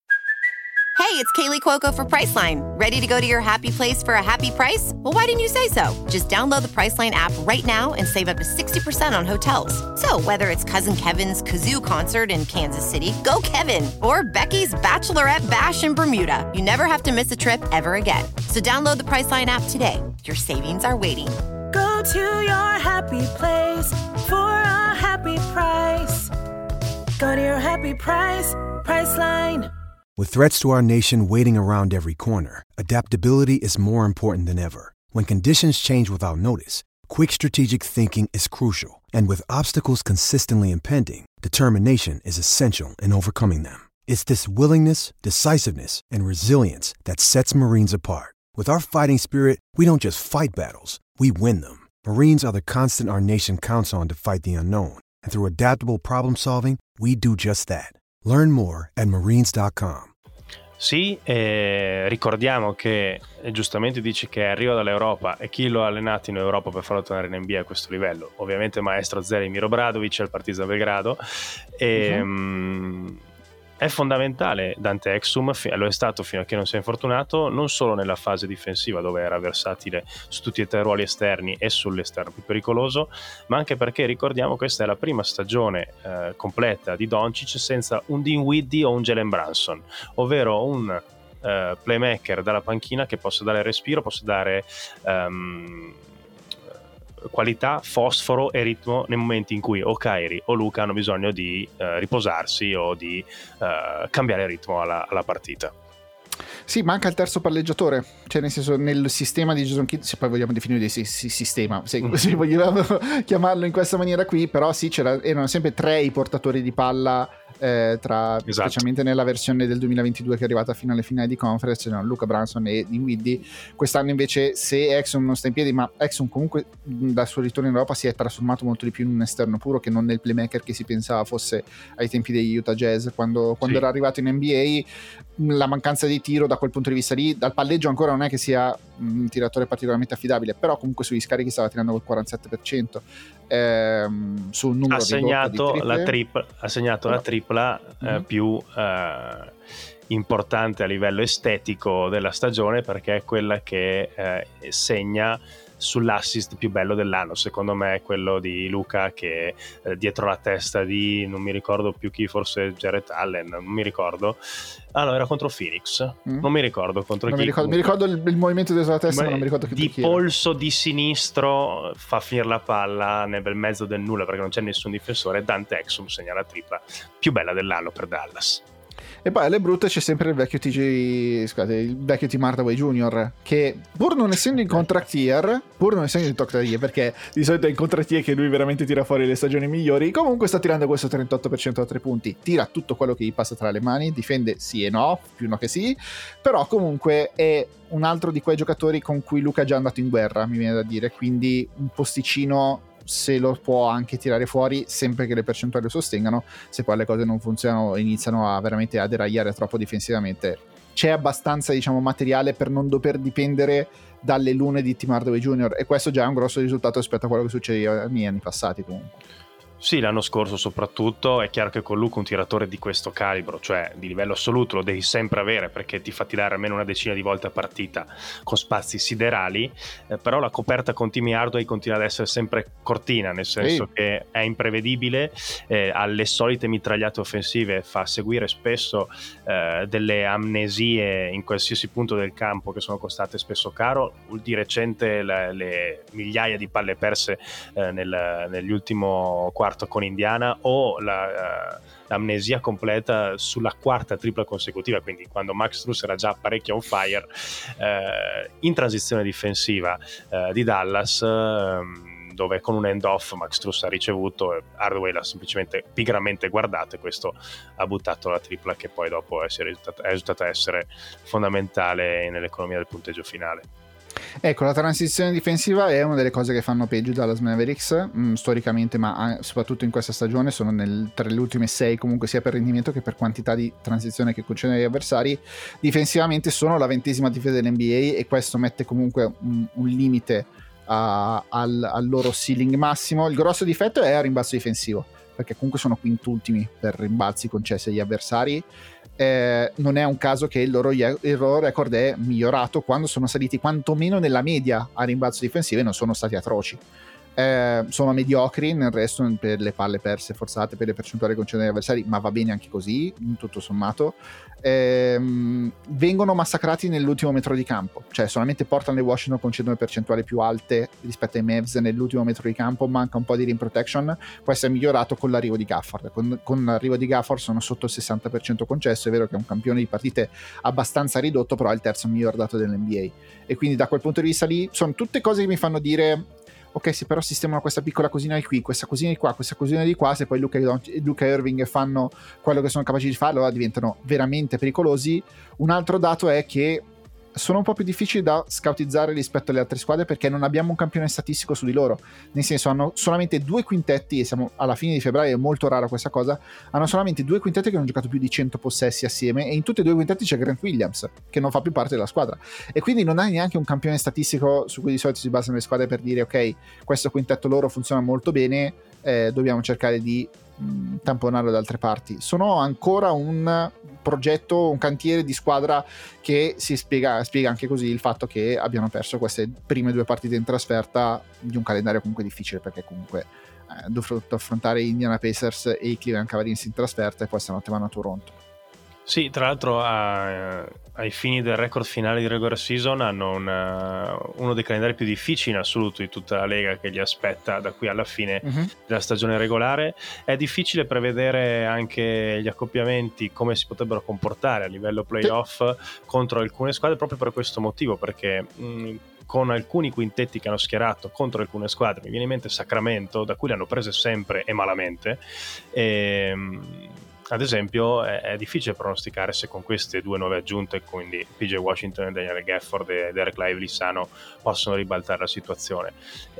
G: Hey, it's Kaylee Cuoco for Priceline. Ready to go to your happy place for a happy price? Well, why didn't you say so? Just download the Priceline app right now and save up to sixty percent on hotels. So whether it's Cousin Kevin's Kazoo Concert in Kansas City, go Kevin, or Becky's Bachelorette Bash in Bermuda, you never have to miss a trip ever again. So download the Priceline app today. Your savings are waiting.
H: Go to your happy place for a happy price. Go to your happy price, Priceline.
I: With threats to our nation waiting around every corner, adaptability is more important than ever. When conditions change without notice, quick strategic thinking is crucial. And with obstacles consistently impending, determination is essential in overcoming them. It's this willingness, decisiveness, and resilience that sets Marines apart. With our fighting spirit, we don't just fight battles, we win them. Marines are the constant our nation counts on to fight the unknown. And through adaptable problem solving, we do just that. Learn more at marines dot com.
F: Sì, eh, ricordiamo che eh, giustamente dici che arriva dall'Europa, e chi lo ha allenato in Europa per farlo tornare in N B A a questo livello? Ovviamente maestro zero Miro Bradovic al Partizan Belgrado, e, uh-huh. mh, è fondamentale Dante Exum, lo è stato fino a che non si è infortunato, non solo nella fase difensiva dove era versatile su tutti e tre i ruoli esterni e sull'esterno più pericoloso, ma anche perché ricordiamo questa è la prima stagione eh, completa di Doncic senza un Dinwiddie o un Jalen Brunson, ovvero un eh, playmaker dalla panchina che possa dare respiro, possa dare um, qualità, fosforo e ritmo nei momenti in cui o Kyrie o Luka hanno bisogno di uh, riposarsi o di uh, cambiare ritmo alla, alla partita.
E: Sì, manca il terzo palleggiatore, cioè nel senso nel sistema di Jason Kidd, se poi vogliamo definire il sistema, se, mm. se vogliamo chiamarlo in questa maniera qui, però sì, c'era, erano sempre tre i portatori di palla eh, tra, esatto. specialmente nella versione del duemilaventidue che è arrivata fino alle finali di conference, c'erano Luka Brunson e Dinwiddie. Quest'anno invece se Exum non sta in piedi, ma Exum comunque dal suo ritorno in Europa si è trasformato molto di più in un esterno puro che non nel playmaker che si pensava fosse ai tempi degli Utah Jazz quando, quando sì. era arrivato in N B A. La mancanza di tiro da quel punto di vista lì, dal palleggio ancora non è che sia un tiratore particolarmente affidabile, però comunque sugli scarichi stava tirando col quarantasette per cento, ehm, su un numero
F: ha segnato
E: di
F: la tripla, ha segnato oh. la tripla eh, mm-hmm. più eh, importante a livello estetico della stagione, perché è quella che eh, segna sull'assist più bello dell'anno. Secondo me è quello di Luka, che eh, dietro la testa di non mi ricordo più chi, forse Jarrett Allen, non mi ricordo. Ah no, era contro Phoenix, mm. non mi ricordo contro
E: non
F: chi.
E: Mi ricordo, mi ricordo il, il movimento dietro la testa, ma non mi ricordo chi.
F: Di chi polso era. Di sinistro fa finire la palla nel bel mezzo del nulla, perché non c'è nessun difensore. Dante Exum segna la tripla più bella dell'anno per Dallas.
E: E poi alle brutte c'è sempre il vecchio T J, scusate, il vecchio Tim Hardaway Junior, che pur non essendo in contract year, pur non essendo in contract year, perché di solito è in contract year che lui veramente tira fuori le stagioni migliori, comunque sta tirando questo trentotto per cento da tre punti, tira tutto quello che gli passa tra le mani, difende sì e no, più no che sì, però comunque è un altro di quei giocatori con cui Luka è già andato in guerra, mi viene da dire, quindi un posticino se lo può anche tirare fuori, sempre che le percentuali lo sostengano. Se poi le cose non funzionano e iniziano a veramente a deragliare troppo difensivamente, c'è abbastanza, diciamo, materiale per non dover dipendere dalle lune di Tim Hardaway Junior, e questo già è un grosso risultato rispetto a quello che succedeva negli anni passati comunque.
F: Sì, l'anno scorso soprattutto. È chiaro che con Luka un tiratore di questo calibro, cioè di livello assoluto, lo devi sempre avere, perché ti fa tirare almeno una decina di volte a partita con spazi siderali, eh, però la coperta con Tim Hardaway continua ad essere sempre cortina, nel senso Ehi. che è imprevedibile, eh, alle solite mitragliate offensive, fa seguire spesso eh, delle amnesie in qualsiasi punto del campo che sono costate spesso caro. Di recente le, le migliaia di palle perse eh, nel, nell'ultimo quarto con Indiana, o la, uh, l'amnesia completa sulla quarta tripla consecutiva, quindi quando Max Strus era già parecchio on fire uh, in transizione difensiva uh, di Dallas, uh, dove con un end-off Max Strus ha ricevuto e Hardaway l'ha semplicemente pigramente guardato, e questo ha buttato la tripla che poi dopo è risultata, è risultata essere fondamentale nell'economia del punteggio finale.
E: Ecco, la transizione difensiva è una delle cose che fanno peggio Dallas Mavericks mh, storicamente, ma soprattutto in questa stagione sono nel, tra le ultime sei, comunque sia per rendimento che per quantità di transizione che concedono agli avversari. Difensivamente sono la ventesima difesa dell'N B A, e questo mette comunque un, un limite a, al, al loro ceiling massimo. Il grosso difetto è il rimbalzo difensivo, perché comunque sono quintultimi per rimbalzi concessi agli avversari. Eh, non è un caso che il loro, il loro record è migliorato quando sono saliti quantomeno nella media a rimbalzo difensivo, e non sono stati atroci. Eh, sono mediocri nel resto, per le palle perse forzate, per le percentuali concedute agli avversari, ma va bene anche così, tutto sommato. Eh, vengono massacrati nell'ultimo metro di campo, cioè solamente Portland e Washington concedono percentuali più alte rispetto ai Mavs nell'ultimo metro di campo, manca un po' di rim protection. Questo è migliorato con l'arrivo di Gafford. Con, con l'arrivo di Gafford sono sotto il sessanta per cento concesso. È vero che è un campione di partite abbastanza ridotto, però è il terzo miglior dato dell'N B A, e quindi da quel punto di vista lì sono tutte cose che mi fanno dire ok, se però sistemano questa piccola cosina di qui, questa cosina di qua, questa cosina di qua, se poi Luka e Luka Irving fanno quello che sono capaci di fare, allora diventano veramente pericolosi. Un altro dato è che sono un po' più difficili da scoutizzare rispetto alle altre squadre, perché non abbiamo un campione statistico su di loro, nel senso hanno solamente due quintetti, e siamo alla fine di febbraio, è molto rara questa cosa, hanno solamente due quintetti che hanno giocato più di cento possessi assieme, e in tutti e due i quintetti c'è Grant Williams che non fa più parte della squadra, e quindi non hai neanche un campione statistico su cui di solito si basano le squadre per dire ok, questo quintetto loro funziona molto bene, eh, dobbiamo cercare di mh, tamponarlo da altre parti. Sono ancora un progetto, un cantiere di squadra che si spiega, spiega anche così il fatto che abbiano perso queste prime due partite in trasferta di un calendario comunque difficile, perché comunque eh, dovuto affrontare Indiana Pacers e i Cleveland Cavaliers in trasferta, e poi stanotte vanno a Toronto.
F: Sì, tra l'altro a, ai fini del record finale di regular season hanno una, uno dei calendari più difficili in assoluto di tutta la Lega, che li aspetta da qui alla fine uh-huh. della stagione regolare. È difficile prevedere anche gli accoppiamenti, come si potrebbero comportare a livello playoff sì. contro alcune squadre, proprio per questo motivo, perché mh, con alcuni quintetti che hanno schierato contro alcune squadre, mi viene in mente Sacramento, da cui le hanno prese sempre e malamente, e ad esempio è, è difficile pronosticare se con queste due nuove aggiunte, quindi P J Washington e Daniel Gafford e Derek Lively sano, possono ribaltare la situazione.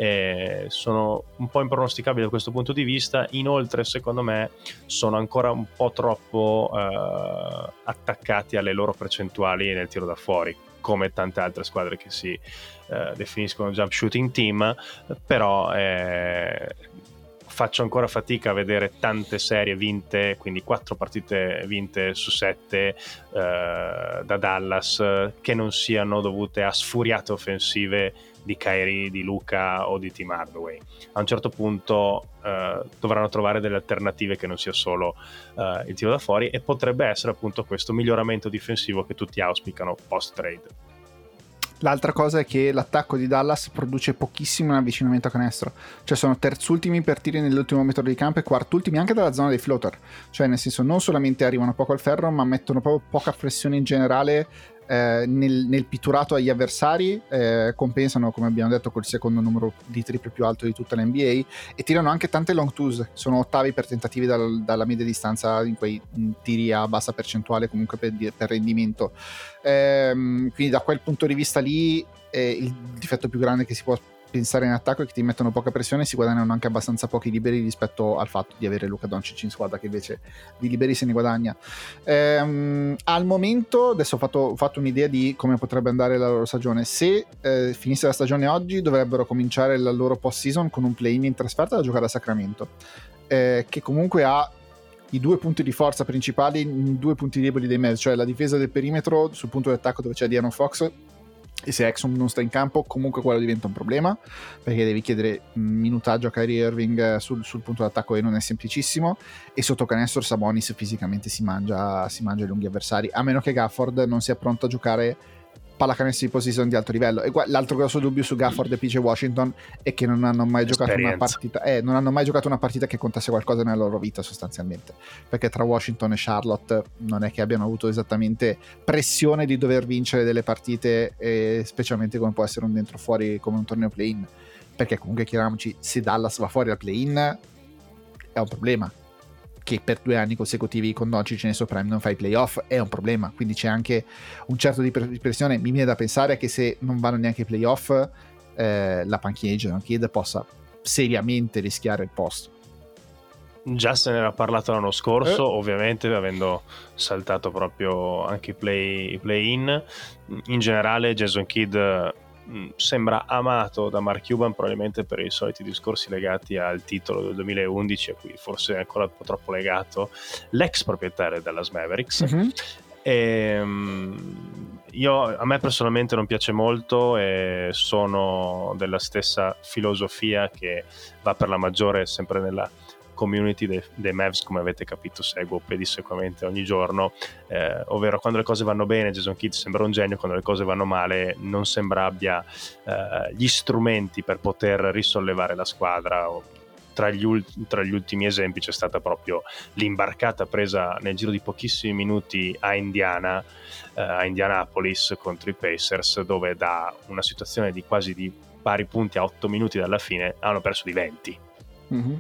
F: E sono un po' impronosticabili da questo punto di vista. Inoltre secondo me sono ancora un po' troppo eh, attaccati alle loro percentuali nel tiro da fuori, come tante altre squadre che si eh, definiscono jump shooting team, però eh, faccio ancora fatica a vedere tante serie vinte, quindi quattro partite vinte su sette eh, da Dallas, che non siano dovute a sfuriate offensive di Kyrie, di Luka o di Tim Hardaway. A un certo punto eh, dovranno trovare delle alternative che non sia solo eh, il tiro da fuori, e potrebbe essere appunto questo miglioramento difensivo che tutti auspicano post trade.
E: L'altra cosa è che l'attacco di Dallas produce pochissimo in avvicinamento a canestro, cioè sono terzultimi per tiri nell'ultimo metro di campo e quartultimi anche dalla zona dei floater, cioè nel senso non solamente arrivano poco al ferro, ma mettono proprio poca pressione in generale eh, nel, nel pitturato agli avversari, eh, compensano, come abbiamo detto, col secondo numero di triple più alto di tutta l'N B A, e tirano anche tante long twos, sono ottavi per tentativi dal, dalla media distanza in quei tiri a bassa percentuale comunque per, per rendimento. Ehm, quindi da quel punto di vista lì eh, il difetto più grande che si può pensare in attacco è che ti mettono poca pressione e si guadagnano anche abbastanza pochi liberi rispetto al fatto di avere Luka Doncic in squadra, che invece di liberi se ne guadagna. Ehm, al momento adesso ho fatto, ho fatto un'idea di come potrebbe andare la loro stagione. Se eh, finisse la stagione oggi dovrebbero cominciare la loro post season con un play-in in trasferta da giocare a Sacramento, eh, che comunque ha i due punti di forza principali in due punti deboli dei Mavs, cioè la difesa del perimetro sul punto di attacco dove c'è De'Aaron Fox, e se Exum non sta in campo comunque quello diventa un problema, perché devi chiedere minutaggio a Kyrie Irving sul, sul punto d'attacco e non è semplicissimo, e sotto canestro Sabonis fisicamente si mangia, si mangia i lunghi avversari, a meno che Gafford non sia pronto a giocare pallacanestro di posizione di alto livello. E qua, l'altro grosso dubbio su Gafford e P J Washington è che non hanno mai giocato una partita eh, non hanno mai giocato una partita che contasse qualcosa nella loro vita sostanzialmente, perché tra Washington e Charlotte non è che abbiano avuto esattamente pressione di dover vincere delle partite, eh, specialmente come può essere un dentro fuori come un torneo play-in, perché comunque chiariamoci, se Dallas va fuori al play-in è un problema, che per due anni consecutivi con Doncic nel suo prime non fai playoff è un problema, quindi c'è anche un certo di pressione. Mi viene da pensare che se non vanno neanche ai playoff eh, la panchina di Jason Kidd possa seriamente rischiare il posto.
F: Già se ne era parlato l'anno scorso,
E: eh.
F: ovviamente avendo saltato proprio anche i play, i play-in. In generale Jason Kidd sembra amato da Mark Cuban, probabilmente per i soliti discorsi legati al titolo del duemilaundici, a cui forse è ancora un po' troppo legato l'ex proprietario della Mavericks. Mm-hmm. E, io, a me personalmente non piace molto, e sono della stessa filosofia che va per la maggiore sempre nella community dei, dei Mavs, come avete capito seguo pedissequamente ogni giorno, eh, ovvero quando le cose vanno bene Jason Kidd sembra un genio, quando le cose vanno male non sembra abbia eh, gli strumenti per poter risollevare la squadra. Tra gli, ult- tra gli ultimi esempi c'è stata proprio l'imbarcata presa nel giro di pochissimi minuti a Indiana, eh, a Indianapolis contro i Pacers, dove da una situazione di quasi di pari punti a otto minuti dalla fine hanno perso di venti.
E: Mm-hmm.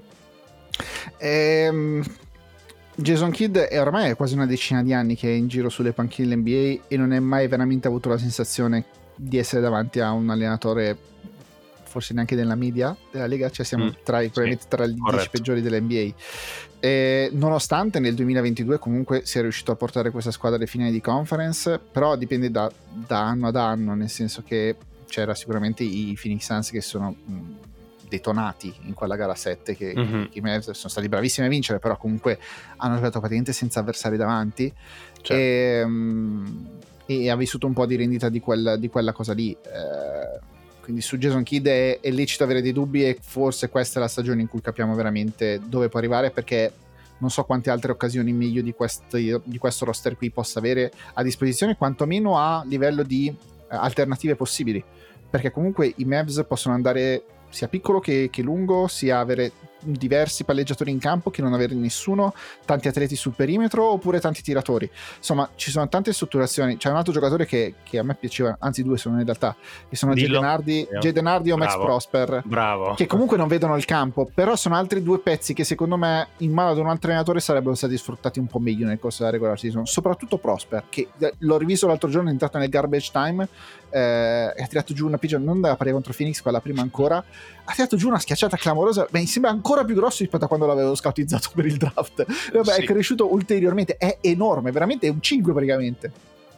E: Ehm, Jason Kidd è ormai quasi una decina di anni che è in giro sulle panchine dell'N B A e non è mai veramente avuto la sensazione di essere davanti a un allenatore forse neanche nella media della Lega, cioè siamo mm, tra, i, sì, tra i dieci peggiori dell'N B A. E nonostante nel duemilaventidue comunque sia riuscito a portare questa squadra alle finali di conference, però dipende da, da anno ad anno, nel senso che c'era sicuramente i Phoenix Suns che sono mh, detonati in quella gara sette, che, mm-hmm. che i Mavs sono stati bravissimi a vincere, però comunque hanno giocato praticamente senza avversari davanti, certo. e, mh, e ha vissuto un po' di rendita di quella, di quella cosa lì. Eh, quindi su Jason Kidd è, è lecito avere dei dubbi, e forse questa è la stagione in cui capiamo veramente dove può arrivare, perché non so quante altre occasioni meglio di, questi, di questo roster qui possa avere a disposizione, quantomeno a livello di eh, alternative possibili, perché comunque i Mavs possono andare sia piccolo che, che lungo, sia avere diversi palleggiatori in campo che non avere nessuno, tanti atleti sul perimetro oppure tanti tiratori. Insomma, ci sono tante strutturazioni. C'è un altro giocatore che, che a me piaceva, anzi due sono in realtà, che sono Jaden Hardy, Jaden Hardy o Max Prosper,
F: bravo,
E: che comunque non vedono il campo, però sono altri due pezzi che secondo me in mano ad un altro allenatore sarebbero stati sfruttati un po' meglio nel corso della regular season, soprattutto Prosper, che l'ho rivisto l'altro giorno, è entrato nel garbage time eh, e ha tirato giù una pigia, non dalla partita contro Phoenix, quella prima ancora, ha tirato giù una schiacciata clamorosa, ma mi sembra ancora più grosso rispetto a quando l'avevo scoutizzato per il draft. Vabbè, sì. È cresciuto ulteriormente, è enorme, veramente è un cinque praticamente.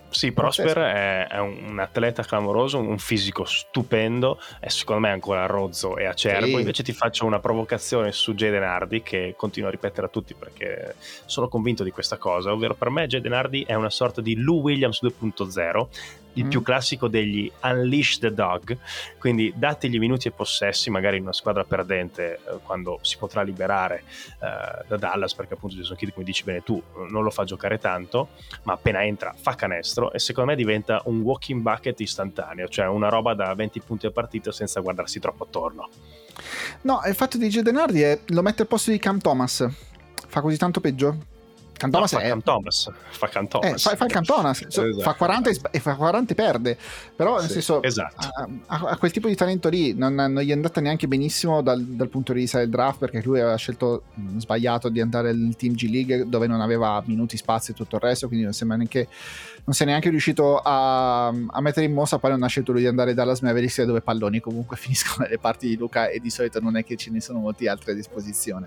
F: Sì, Prosper è, è un, un atleta clamoroso, un fisico stupendo, è secondo me ancora rozzo e acerbo. Sì. Invece ti faccio una provocazione su Jaden Hardy, che continuo a ripetere a tutti perché sono convinto di questa cosa, ovvero per me Jaden Hardy è una sorta di Lou Williams due punto zero, il mm. più classico degli Unleash the Dog, quindi dategli minuti e possessi, magari in una squadra perdente, eh, quando si potrà liberare eh, da Dallas, perché appunto Jason Kidd, come dici bene tu, non lo fa giocare tanto, ma appena entra fa canestro e secondo me diventa un walking bucket istantaneo, cioè una roba da venti punti a partita senza guardarsi troppo attorno.
E: No, il fatto di Jaden Hardy è lo mette al posto di Cam Thomas, fa così tanto peggio? Cam Thomas,
F: no, fa
E: è...
F: Cam Thomas fa Cam Thomas,
E: eh, fa, fa il Cam Thomas, esatto. fa quaranta e fa quaranta e perde, però nel sì, senso
F: esatto.
E: a, a quel tipo di talento lì non, non gli è andata neanche benissimo dal, dal punto di vista del draft, perché lui aveva scelto mh, sbagliato di andare nel Team G League dove non aveva minuti, spazio e tutto il resto, quindi non sembra neanche non si è neanche riuscito a, a mettere in mossa. Poi non ha scelto lui di andare Dallas Mavericks, dove palloni comunque finiscono nelle parti di Luka e di solito non è che ce ne sono molti altri a disposizione.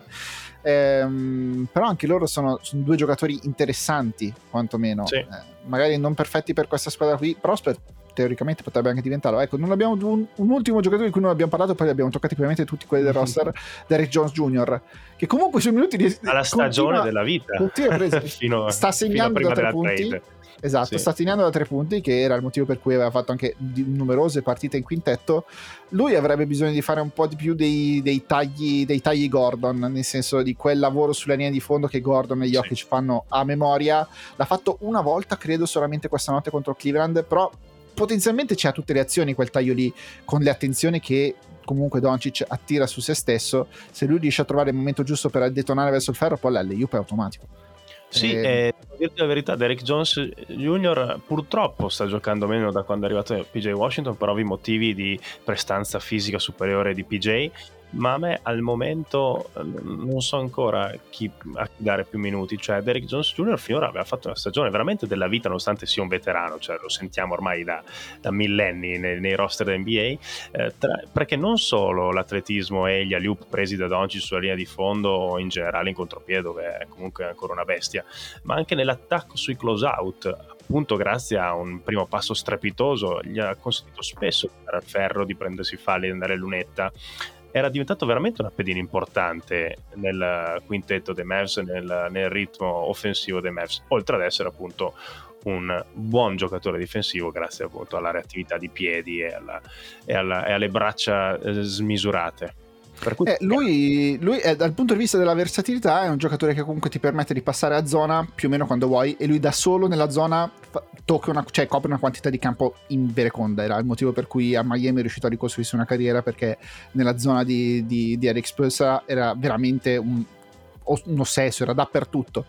E: Ehm, però anche loro sono, sono due giocatori interessanti quantomeno, sì. eh, magari non perfetti per questa squadra qui. Prosper teoricamente potrebbe anche diventarlo. Ecco, non abbiamo un, un ultimo giocatore di cui non abbiamo parlato, poi li abbiamo toccati praticamente tutti quelli del roster, Derrick Jones Junior, che comunque sui minuti di
F: alla stagione
E: continua,
F: della vita
E: fino, sta segnando
F: fino
E: da tre punti trade. Esatto, sì. Sta segnando da tre punti, che era il motivo per cui aveva fatto anche numerose partite in quintetto. Lui avrebbe bisogno di fare un po' di più dei, dei tagli dei tagli Gordon, nel senso di quel lavoro sulla linea di fondo che Gordon e Jokic sì. fanno a memoria. L'ha fatto una volta, credo, solamente questa notte contro Cleveland, però potenzialmente c'ha tutte le azioni quel taglio lì, con le attenzioni che comunque Doncic attira su se stesso. Se lui riesce a trovare il momento giusto per detonare verso il ferro, poi l'alley-oop è automatico.
F: Sì, e... eh, per dirti la verità, Derrick Jones Junior purtroppo sta giocando meno da quando è arrivato P J Washington per ovvi motivi di prestanza fisica superiore di P J, ma a me al momento non so ancora chi, a chi dare più minuti. Cioè Derrick Jones Junior finora aveva fatto una stagione veramente della vita, nonostante sia un veterano, cioè lo sentiamo ormai da, da millenni nei, nei roster della N B A, eh, tra, perché non solo l'atletismo e gli alley-oop presi da Doncic sulla linea di fondo o in generale in contropiede, dove è comunque ancora una bestia, ma anche nell'attacco sui close out, appunto grazie a un primo passo strepitoso gli ha consentito spesso di andare al ferro, di prendersi falli, di andare a lunetta. Era diventato veramente una pedina importante nel quintetto dei Mavs, nel, nel ritmo offensivo dei Mavs, oltre ad essere appunto un buon giocatore difensivo grazie appunto alla reattività di piedi e, alla, e, alla, e alle braccia smisurate. Per cui...
E: eh, lui, lui è, dal punto di vista della versatilità, è un giocatore che comunque ti permette di passare a zona più o meno quando vuoi, e lui da solo nella zona tocca una, cioè copre una quantità di campo invereconda. Era il motivo per cui a Miami è riuscito a ricostruirsi una carriera, perché nella zona di, di, di Eric Spoelstra era veramente un un ossesso, era dappertutto.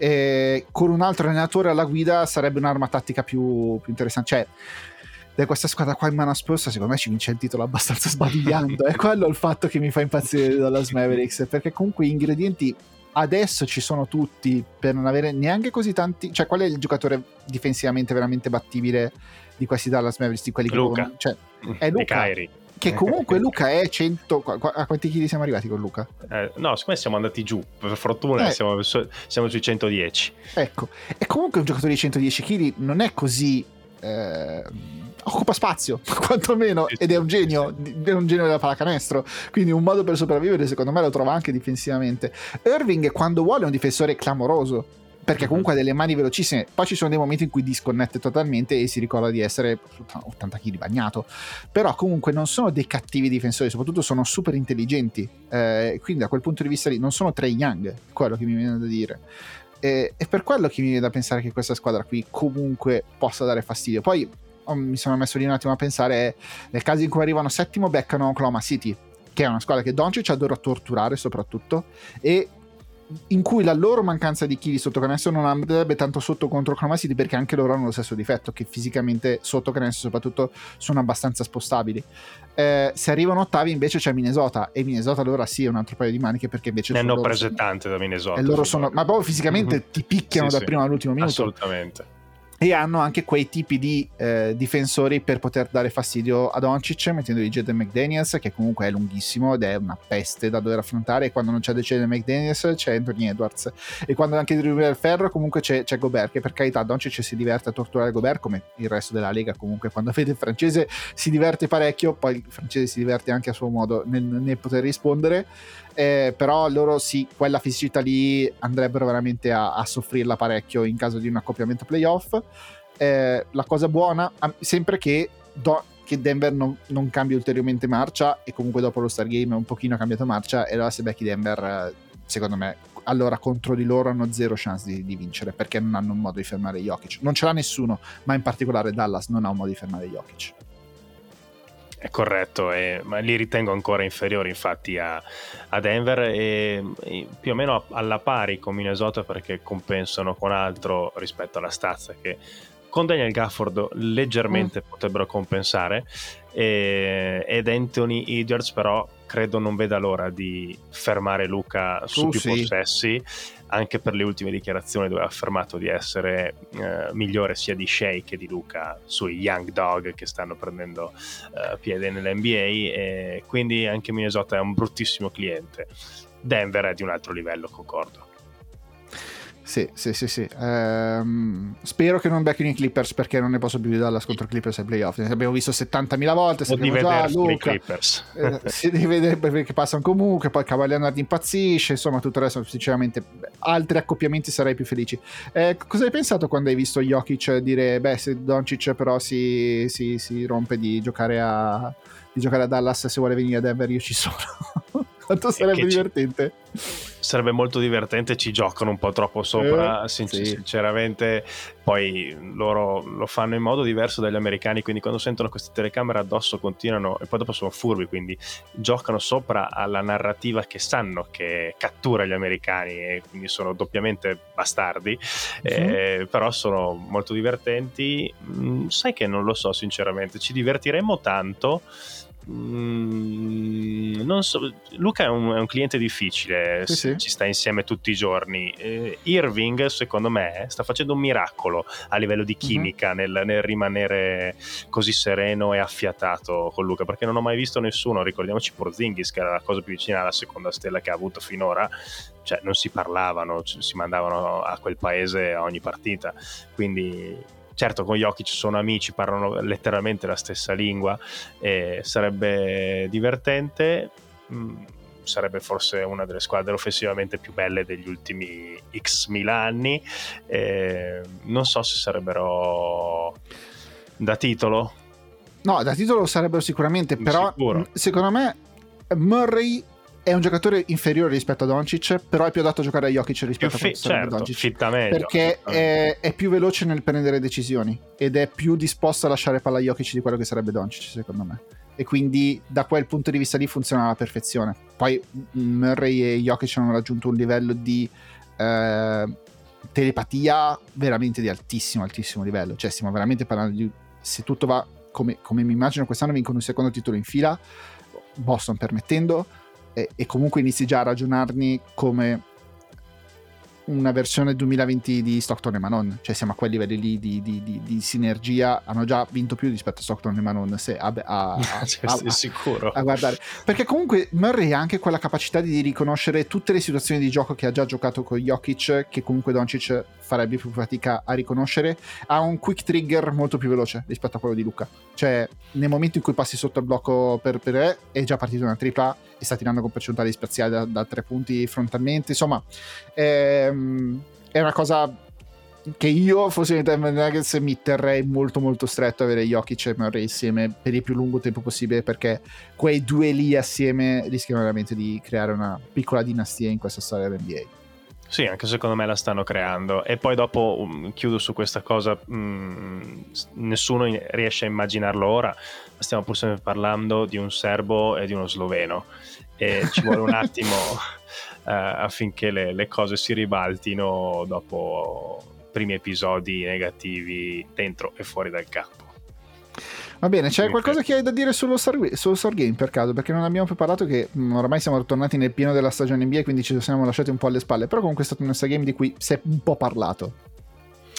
E: E con un altro allenatore alla guida sarebbe un'arma tattica più, più interessante. Cioè, da questa squadra qua in mano a Spoelstra secondo me ci vince il titolo abbastanza sbadigliando. È quello il fatto che mi fa impazzire dalla Mavericks, perché comunque gli ingredienti adesso ci sono tutti per non avere neanche così tanti. Cioè, qual è il giocatore difensivamente veramente battibile di questi Dallas Mavericks, di quelli che
F: Luka,
E: loro, cioè, è Luka, che comunque Luka è cento. A quanti chili siamo arrivati con Luka?
F: Eh, no, secondo me siamo andati giù, per fortuna, eh. siamo, siamo sui centodieci.
E: Ecco, e comunque un giocatore di centodieci chili non è così eh, occupa spazio quantomeno, ed è un genio, è un genio della pallacanestro, quindi un modo per sopravvivere secondo me lo trova anche difensivamente. Irving quando vuole è un difensore clamoroso, perché comunque ha delle mani velocissime, poi ci sono dei momenti in cui disconnette totalmente e si ricorda di essere ottanta chili bagnato, però comunque non sono dei cattivi difensori, soprattutto sono super intelligenti, eh, quindi da quel punto di vista lì non sono Trae Young, quello che mi viene da dire. E, e per quello che mi viene da pensare che questa squadra qui comunque possa dare fastidio. Poi oh, mi sono messo lì un attimo a pensare, nel caso in cui arrivano settimo beccano Oklahoma City, che è una squadra che Doncic adora torturare soprattutto, e in cui la loro mancanza di chili sotto canestro non andrebbe tanto sotto contro Oklahoma City, perché anche loro hanno lo stesso difetto, che fisicamente sotto canestro soprattutto sono abbastanza spostabili. Eh, se arrivano ottavi invece c'è Minnesota, e Minnesota allora sì è un altro paio di maniche, perché invece
F: ne hanno prese
E: sono,
F: tante da Minnesota,
E: e loro sono, ma proprio fisicamente mm-hmm. ti picchiano sì, da sì, prima all'ultimo minuto.
F: Assolutamente.
E: e hanno anche quei tipi di eh, difensori per poter dare fastidio a Doncic, mettendogli Jaden McDaniels, che comunque è lunghissimo ed è una peste da dover affrontare, e quando non c'è Jaden McDaniels c'è Anthony Edwards, e quando anche Ruben del Ferro comunque c'è, c'è Gobert, che per carità Doncic si diverte a torturare Gobert come il resto della Lega, comunque quando vede il francese si diverte parecchio, poi il francese si diverte anche a suo modo nel, nel poter rispondere. Eh, però loro sì, quella fisicità lì andrebbero veramente a, a soffrirla parecchio in caso di un accoppiamento playoff. Eh, la cosa buona, sempre che, do, che Denver non, non cambi ulteriormente marcia, e comunque dopo lo Stargame un pochino ha cambiato marcia, e allora se becchi Denver, secondo me allora contro di loro hanno zero chance di, di vincere, perché non hanno un modo di fermare Jokic, non ce l'ha nessuno, ma in particolare Dallas non ha un modo di fermare Jokic.
F: È corretto, e, ma li ritengo ancora inferiori infatti a, a Denver, e, e più o meno alla pari con Minnesota, perché compensano con altro rispetto alla stazza, che con Daniel Gafford leggermente mm. potrebbero compensare, e, ed Anthony Edwards però credo non veda l'ora di fermare Luka su
E: uh,
F: più
E: sì.
F: possessi, anche per le ultime dichiarazioni dove ha affermato di essere eh, migliore sia di Shea che di Luka sui Young Dog che stanno prendendo eh, piede nell'N B A, e quindi anche Minnesota è un bruttissimo cliente. Denver è di un altro livello, concordo.
E: Sì, sì, sì, sì. Ehm, spero che non becchino i Clippers, perché non ne posso più di Dallas contro i Clippers ai playoff. Ne abbiamo visto settantamila volte.
F: O di
E: già, Luca,
F: i Clippers.
E: Eh, si deve vedere perché passano comunque. Poi Cavalier Leonard impazzisce. Insomma, tutto il resto, sinceramente, altri accoppiamenti sarei più felici. Eh, cosa hai pensato quando hai visto Jokic dire: beh, se Doncic però si, si, si rompe di giocare a di giocare a Dallas, se vuole venire a Denver io ci sono. Quanto sarebbe divertente?
F: Ci... sarebbe molto divertente, ci giocano un po' troppo sopra, eh, sin- sì. sinceramente. Poi loro lo fanno in modo diverso dagli americani, quindi quando sentono queste telecamere addosso continuano, e poi dopo sono furbi, quindi giocano sopra alla narrativa che sanno che cattura gli americani, e quindi sono doppiamente bastardi. Mm-hmm. eh, però sono molto divertenti. Mm, sai che non lo so sinceramente, ci divertiremo tanto. Mm, non so, Luka è un, è un cliente difficile,
E: sì, sì.
F: Ci sta insieme tutti i giorni. eh, Irving secondo me sta facendo un miracolo a livello di chimica, mm-hmm. nel, nel rimanere così sereno e affiatato con Luka, perché non ho mai visto nessuno, ricordiamoci Porzingis che era la cosa più vicina alla seconda stella che ha avuto finora, cioè non si parlavano, si mandavano a quel paese a ogni partita, quindi certo con Jokic sono amici, parlano letteralmente la stessa lingua, e sarebbe divertente. mm, sarebbe forse una delle squadre offensivamente più belle degli ultimi x mila anni, e non so se sarebbero da titolo.
E: No, da titolo sarebbero sicuramente, però
F: sicuro.
E: Secondo me Murray è un giocatore inferiore rispetto a Doncic, però è più adatto a giocare a Jokic rispetto
F: fi-
E: a
F: certo,
E: Doncic,
F: fitta meglio,
E: perché
F: fitta
E: è, è più veloce nel prendere decisioni ed è più disposto a lasciare palla a Jokic di quello che sarebbe Doncic, secondo me, e quindi da quel punto di vista lì funziona alla perfezione. Poi Murray e Jokic hanno raggiunto un livello di eh, telepatia veramente di altissimo altissimo livello, cioè stiamo veramente parlando di, se tutto va come, come mi immagino quest'anno, vincono un secondo titolo in fila, Boston permettendo, e, e comunque inizi già a ragionarni come una versione duemilaventi di Stockton e Manon, cioè siamo a quei livelli lì di, di, di, di sinergia. Hanno già vinto più rispetto a Stockton e Manon, se a, a, a,
F: cioè,
E: a,
F: sei sicuro
E: a guardare, perché comunque Murray ha anche quella capacità di riconoscere tutte le situazioni di gioco che ha già giocato con Jokic, che comunque Doncic farebbe più fatica a riconoscere. Ha un quick trigger molto più veloce rispetto a quello di Luka, cioè nel momento in cui passi sotto il blocco per per è già partito una tripla e sta tirando con percentuali spaziali da, da tre punti frontalmente. Insomma, ehm, è una cosa che io fossi in Denver Nuggets mi terrei molto molto stretto, avere Jokic e Murray insieme per il più lungo tempo possibile, perché quei due lì assieme rischiano veramente di creare una piccola dinastia in questa storia dell'N B A.
F: Sì, anche secondo me la stanno creando. E poi dopo um, chiudo su questa cosa, um, nessuno riesce a immaginarlo ora, stiamo pur sempre parlando di un serbo e di uno sloveno, e ci vuole un attimo uh, affinché le, le cose si ribaltino dopo primi episodi negativi dentro e fuori dal campo.
E: Va bene, c'è qualcosa che hai da dire sullo Star, sullo Star Game per caso? Perché non abbiamo più parlato, che mh, ormai siamo tornati nel pieno della stagione N B A, quindi ci siamo lasciati un po' alle spalle, però comunque è stato un Star Game di cui si è un po' parlato.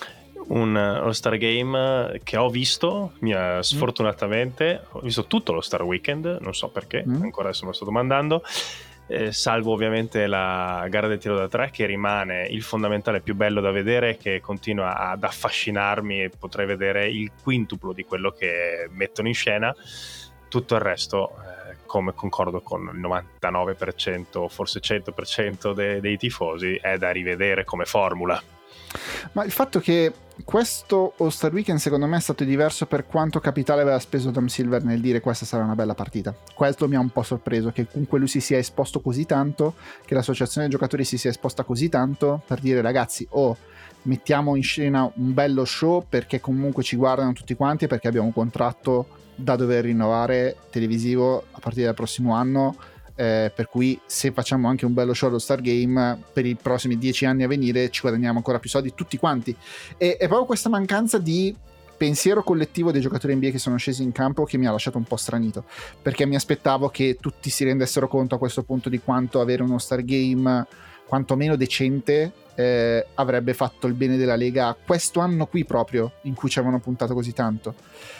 F: un All-Star Game che ho visto, mia, sfortunatamente, ho visto tutto l'All-Star Weekend, non so perché, mm. ancora adesso me lo sto domandando, eh, salvo ovviamente la gara del tiro da tre, che rimane il fondamentale più bello da vedere, che continua ad affascinarmi e potrei vedere il quintuplo di quello che mettono in scena. Tutto il resto, eh, come concordo con il novantanove per cento, forse cento per cento de- dei tifosi, è da rivedere come formula.
E: Ma il fatto che questo All-Star Weekend secondo me è stato diverso per quanto capitale aveva speso Adam Silver nel dire questa sarà una bella partita. Questo mi ha un po' sorpreso, che comunque lui si sia esposto così tanto, che l'associazione dei giocatori si sia esposta così tanto per dire ragazzi, oh, mettiamo in scena un bello show perché comunque ci guardano tutti quanti e perché abbiamo un contratto da dover rinnovare televisivo a partire dal prossimo anno. Eh, per cui se facciamo anche un bello show allo Star Game per i prossimi dieci anni a venire ci guadagniamo ancora più soldi tutti quanti. E è proprio questa mancanza di pensiero collettivo dei giocatori N B A che sono scesi in campo che mi ha lasciato un po' stranito, perché mi aspettavo che tutti si rendessero conto a questo punto di quanto avere uno Star Game quantomeno decente eh, avrebbe fatto il bene della Lega questo anno qui proprio in cui ci avevano puntato così tanto.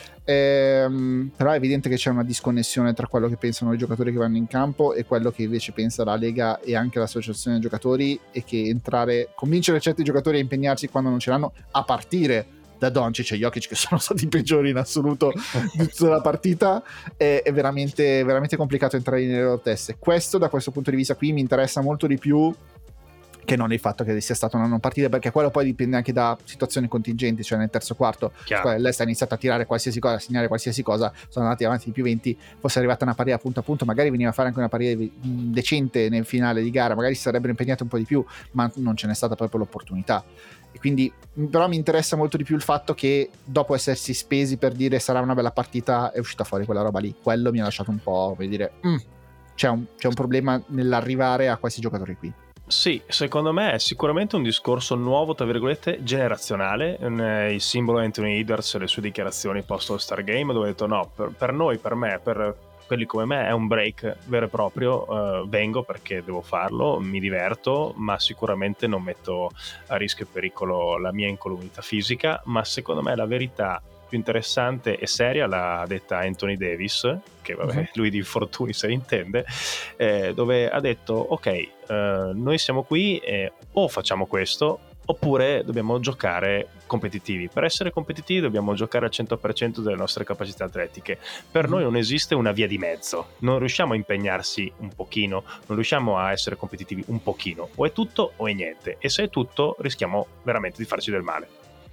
E: Ehm, però è evidente che c'è una disconnessione tra quello che pensano i giocatori che vanno in campo e quello che invece pensa la Lega e anche l'associazione dei giocatori, e che entrare, convincere certi giocatori a impegnarsi quando non ce l'hanno, a partire da Doncic e Jokic, che sono stati i peggiori in assoluto di tutta la partita, è, è veramente, veramente complicato entrare nelle loro teste. Questo, da questo punto di vista qui, mi interessa molto di più che non il fatto che sia stato una non partita, perché quello poi dipende anche da situazioni contingenti, cioè nel terzo quarto l'Est ha iniziato a tirare qualsiasi cosa, a segnare qualsiasi cosa, sono andati avanti di più venti, fosse arrivata una partita punto a punto, magari veniva a fare anche una partita decente nel finale di gara, magari si sarebbero impegnati un po' di più, ma non ce n'è stata proprio l'opportunità. E quindi però mi interessa molto di più il fatto che dopo essersi spesi per dire sarà una bella partita è uscita fuori quella roba lì. Quello mi ha lasciato un po' come dire mm, c'è, un, c'è un problema nell'arrivare a questi giocatori qui.
F: Sì, secondo me è sicuramente un discorso nuovo, tra virgolette, generazionale. Il simbolo Anthony Edwards e le sue dichiarazioni post All-Star Game, dove ha detto no, per, per noi, per me, per quelli come me è un break vero e proprio, uh, vengo perché devo farlo, mi diverto, ma sicuramente non metto a rischio e pericolo la mia incolumità fisica. Ma secondo me la verità più interessante e seria l'ha detta Anthony Davis, che vabbè, uh-huh. lui di infortuni se ne intende, eh, dove ha detto ok, eh, noi siamo qui e o facciamo questo oppure dobbiamo giocare competitivi. Per essere competitivi dobbiamo giocare al cento per cento delle nostre capacità atletiche. Per uh-huh. noi non esiste una via di mezzo, non riusciamo a impegnarsi un pochino, non riusciamo a essere competitivi un pochino, o è tutto o è niente, e se è tutto rischiamo veramente di farci del male.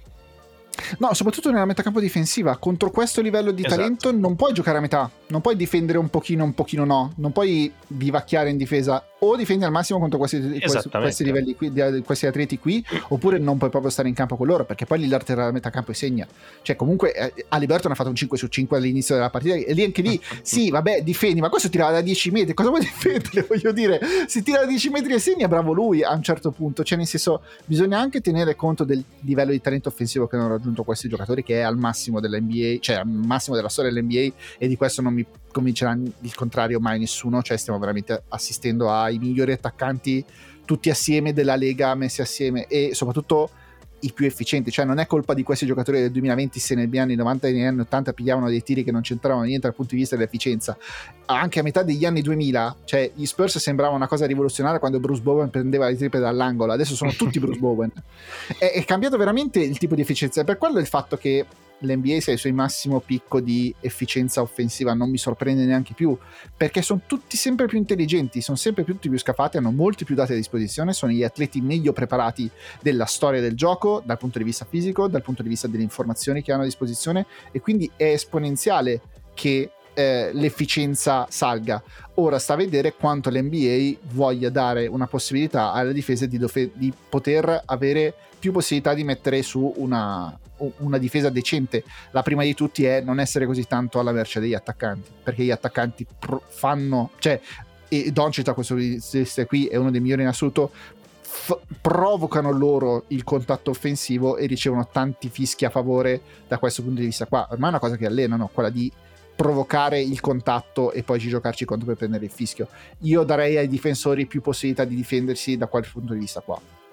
E: No, soprattutto nella metacampo difensiva, contro questo livello di esatto. talento non puoi giocare a metà, non puoi difendere un pochino un pochino no, non puoi vivacchiare in difesa, o difendi al massimo contro questi, questi, questi livelli qui, questi atleti qui, oppure non puoi proprio stare in campo con loro, perché poi Lillard era la metacampo e segna. Cioè comunque eh, Haliburton ha fatto un cinque su cinque all'inizio della partita, e lì anche lì sì vabbè difendi, ma questo tirava da dieci metri, cosa vuoi difendere? Voglio dire, se tira da dieci metri e segna, bravo lui a un certo punto. Cioè nel senso, bisogna anche tenere conto del livello di talento offensivo che hanno raggiunto questi giocatori, che è al massimo dell'N B A, cioè al massimo della storia dell'N B A, e di questo non mi convincerà il contrario mai nessuno. Cioè stiamo veramente assistendo ai migliori attaccanti tutti assieme della Lega messi assieme, e soprattutto i più efficienti. Cioè non è colpa di questi giocatori del duemilaventi se negli anni novanta e negli anni ottanta pigliavano dei tiri che non c'entravano niente dal punto di vista dell'efficienza. Anche a metà degli anni duemila, cioè gli Spurs sembrava una cosa rivoluzionaria quando Bruce Bowen prendeva le triple dall'angolo, adesso sono tutti Bruce Bowen. È, è cambiato veramente il tipo di efficienza, per quello il fatto che l'N B A sia ai suoi massimo picco di efficienza offensiva non mi sorprende neanche più, perché sono tutti sempre più intelligenti, sono sempre tutti più scafati, hanno molti più dati a disposizione, sono gli atleti meglio preparati della storia del gioco dal punto di vista fisico, dal punto di vista delle informazioni che hanno a disposizione, e quindi è esponenziale che eh, l'efficienza salga. Ora sta a vedere quanto l'N B A voglia dare una possibilità alle difese di, dofe- di poter avere più possibilità di mettere su una, una difesa decente. La prima di tutti è non essere così tanto alla merce degli attaccanti, perché gli attaccanti pro- fanno, cioè, e Doncic da questo punto di vista qui è uno dei migliori in assoluto, f- provocano loro il contatto offensivo e ricevono tanti fischi a favore da questo punto di vista qua. Ormai è una cosa che allenano, quella di provocare il contatto e poi ci giocarci contro per prendere il fischio. Io darei ai difensori più possibilità di difendersi da quel punto di vista qua.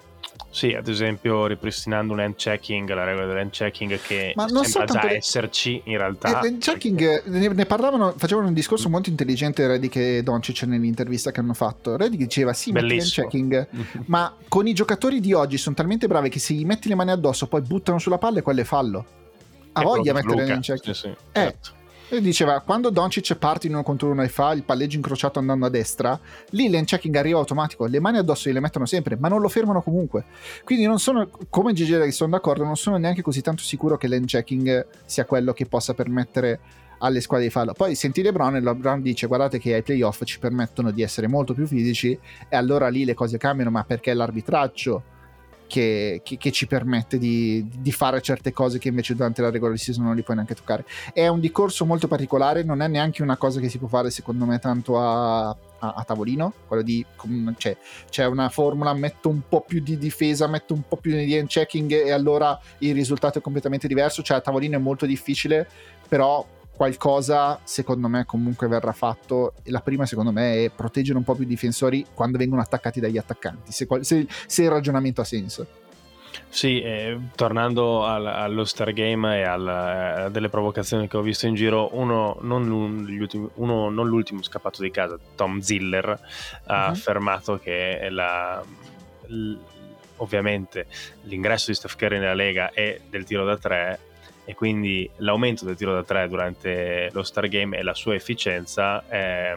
F: Sì, ad esempio ripristinando un hand checking, la regola dell'hand checking che
E: Ma non
F: sembra già
E: le...
F: esserci in realtà.
E: Eh, l'hand checking, ne, ne parlavano, facevano un discorso molto intelligente Redick e Doncic nell'intervista che hanno fatto. Redick diceva sì, metti l'hand checking, ma con i giocatori di oggi sono talmente bravi che se gli metti le mani addosso poi buttano sulla palla e quello è fallo. Ha voglia mettere l'hand checking.
F: Sì, sì,
E: eh.
F: certo.
E: E diceva, quando Doncic parte in uno contro uno e fa il palleggio incrociato andando a destra, lì l'hand checking arriva automatico, le mani addosso gliele mettono sempre, ma non lo fermano comunque. Quindi non sono, come G G sono d'accordo, non sono neanche così tanto sicuro che l'hand checking sia quello che possa permettere alle squadre di farlo. Poi senti LeBron e LeBron dice guardate che ai playoff ci permettono di essere molto più fisici, e allora lì le cose cambiano, ma perché è l'arbitraggio Che, che, che ci permette di, di fare certe cose che invece durante la regular season non li puoi neanche toccare. È un discorso molto particolare, non è neanche una cosa che si può fare secondo me tanto a, a, a tavolino, quello di cioè, c'è una formula, metto un po' più di difesa, metto un po' più di hand checking e allora il risultato è completamente diverso. Cioè a tavolino è molto difficile, però qualcosa secondo me comunque verrà fatto, e la prima secondo me è proteggere un po' più i difensori quando vengono attaccati dagli attaccanti, se, se, se il ragionamento ha senso.
F: Sì, eh, tornando al, allo Star Game e a delle provocazioni che ho visto in giro, uno non, l'ultimo, uno non l'ultimo scappato di casa, Tom Ziller, ha uh-huh. affermato che la, l, ovviamente l'ingresso di Steph Curry nella Lega è del tiro da tre, e quindi l'aumento del tiro da tre durante lo Star Game e la sua efficienza è,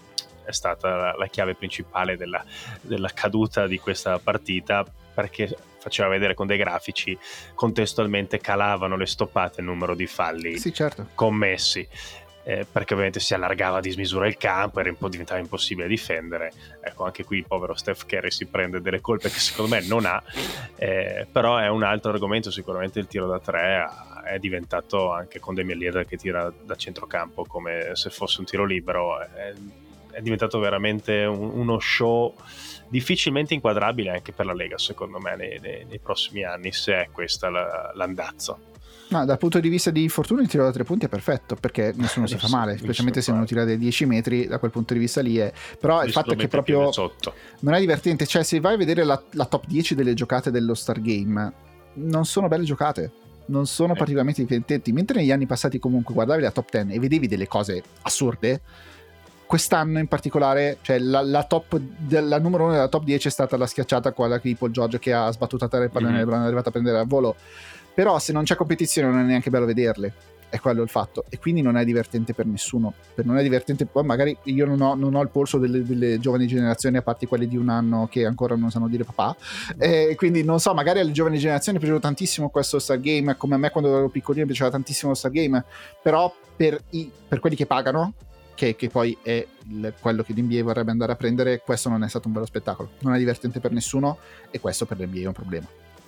F: è stata la, la chiave principale della, della caduta di questa partita, perché faceva vedere con dei grafici contestualmente calavano le stoppate il numero di falli
E: sì, certo.
F: commessi, eh, perché ovviamente si allargava a dismisura il campo, era un po' diventava impossibile difendere. Ecco, anche qui il povero Steph Curry si prende delle colpe che secondo me non ha, eh, però è un altro argomento. Sicuramente il tiro da tre è diventato, anche con Damian Lillard che tira da centrocampo come se fosse un tiro libero, è, è diventato veramente un, uno show difficilmente inquadrabile anche per la Lega secondo me nei, nei, nei prossimi anni, se è questa la, l'andazzo.
E: No, dal punto di vista di infortunio il tiro da tre punti è perfetto, perché nessuno si fa male, specialmente se uno tira dai dieci metri, da quel punto di vista lì è. Però il fatto è che proprio non è divertente, cioè se vai a vedere la, la top dieci delle giocate dello Star Game, non sono belle giocate, non sono eh. particolarmente divertenti, mentre negli anni passati comunque guardavi la top dieci e vedevi delle cose assurde. Quest'anno in particolare, cioè la, la top la numero uno della top dieci è stata la schiacciata, quella di Paul George che ha sbattuto a terra il pallone, mm-hmm. è arrivata a prendere al volo. Però se non c'è competizione non è neanche bello vederle, è quello il fatto, e quindi non è divertente per nessuno. Per non è divertente, poi magari io non ho, non ho il polso delle, delle giovani generazioni, a parte quelli di un anno che ancora non sanno dire papà, e quindi non so, magari alle giovani generazioni piaceva tantissimo questo Star Game, come a me quando ero piccolino piaceva tantissimo lo Star Game, però per, i, per quelli che pagano, che, che poi è il, quello che l'N B A vorrebbe andare a prendere, questo non è stato un bello spettacolo, non è divertente per nessuno, e questo per l'N B A è un problema.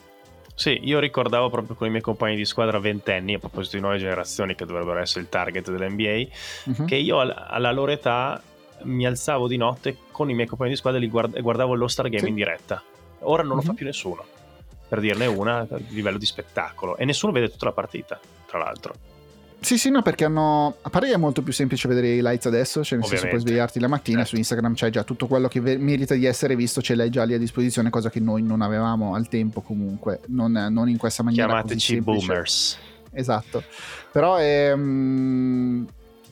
F: Sì, io ricordavo proprio con i miei compagni di squadra ventenni, a proposito di nuove generazioni che dovrebbero essere il target dell'N B A, uh-huh. che io alla loro età mi alzavo di notte con i miei compagni di squadra e guard- guardavo lo Star Game sì. in diretta. Ora non uh-huh. lo fa più nessuno, per dirne una a livello di spettacolo, e nessuno vede tutta la partita, tra l'altro.
E: Sì, sì, no, perché hanno. A parte che è molto più semplice vedere i highlights adesso, cioè nel senso puoi svegliarti la mattina, certo. su Instagram c'è già tutto quello che ve- merita di essere visto, ce l'hai già lì a disposizione, cosa che noi non avevamo al tempo comunque, non, non in questa maniera.
F: Chiamateci boomers.
E: Esatto, però è, um,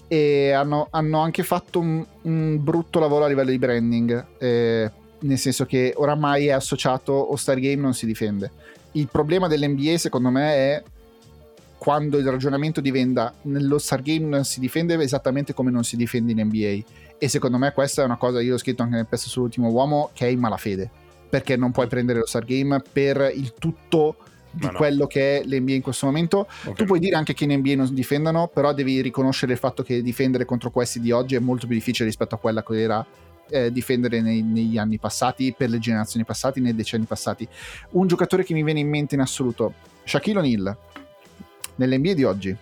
E: e hanno, hanno anche fatto un, un brutto lavoro a livello di branding, eh, nel senso che oramai è associato o Star Game non si difende. Il problema dell'N B A secondo me è quando il ragionamento diventa nello Star Game non si difende esattamente come non si difende in N B A, e secondo me questa è una cosa, io ho scritto anche nel pezzo sull'ultimo uomo, che è in malafede, perché non puoi prendere lo Star Game per il tutto di no. quello che è l'N B A in questo momento. Okay. Tu puoi dire anche che in N B A non si difendano, però devi riconoscere il fatto che difendere contro questi di oggi è molto più difficile rispetto a quella che era eh, difendere nei, negli anni passati, per le generazioni passate, nei decenni passati. Un giocatore che mi viene in mente in assoluto, Shaquille O'Neal, nell'N B A di oggi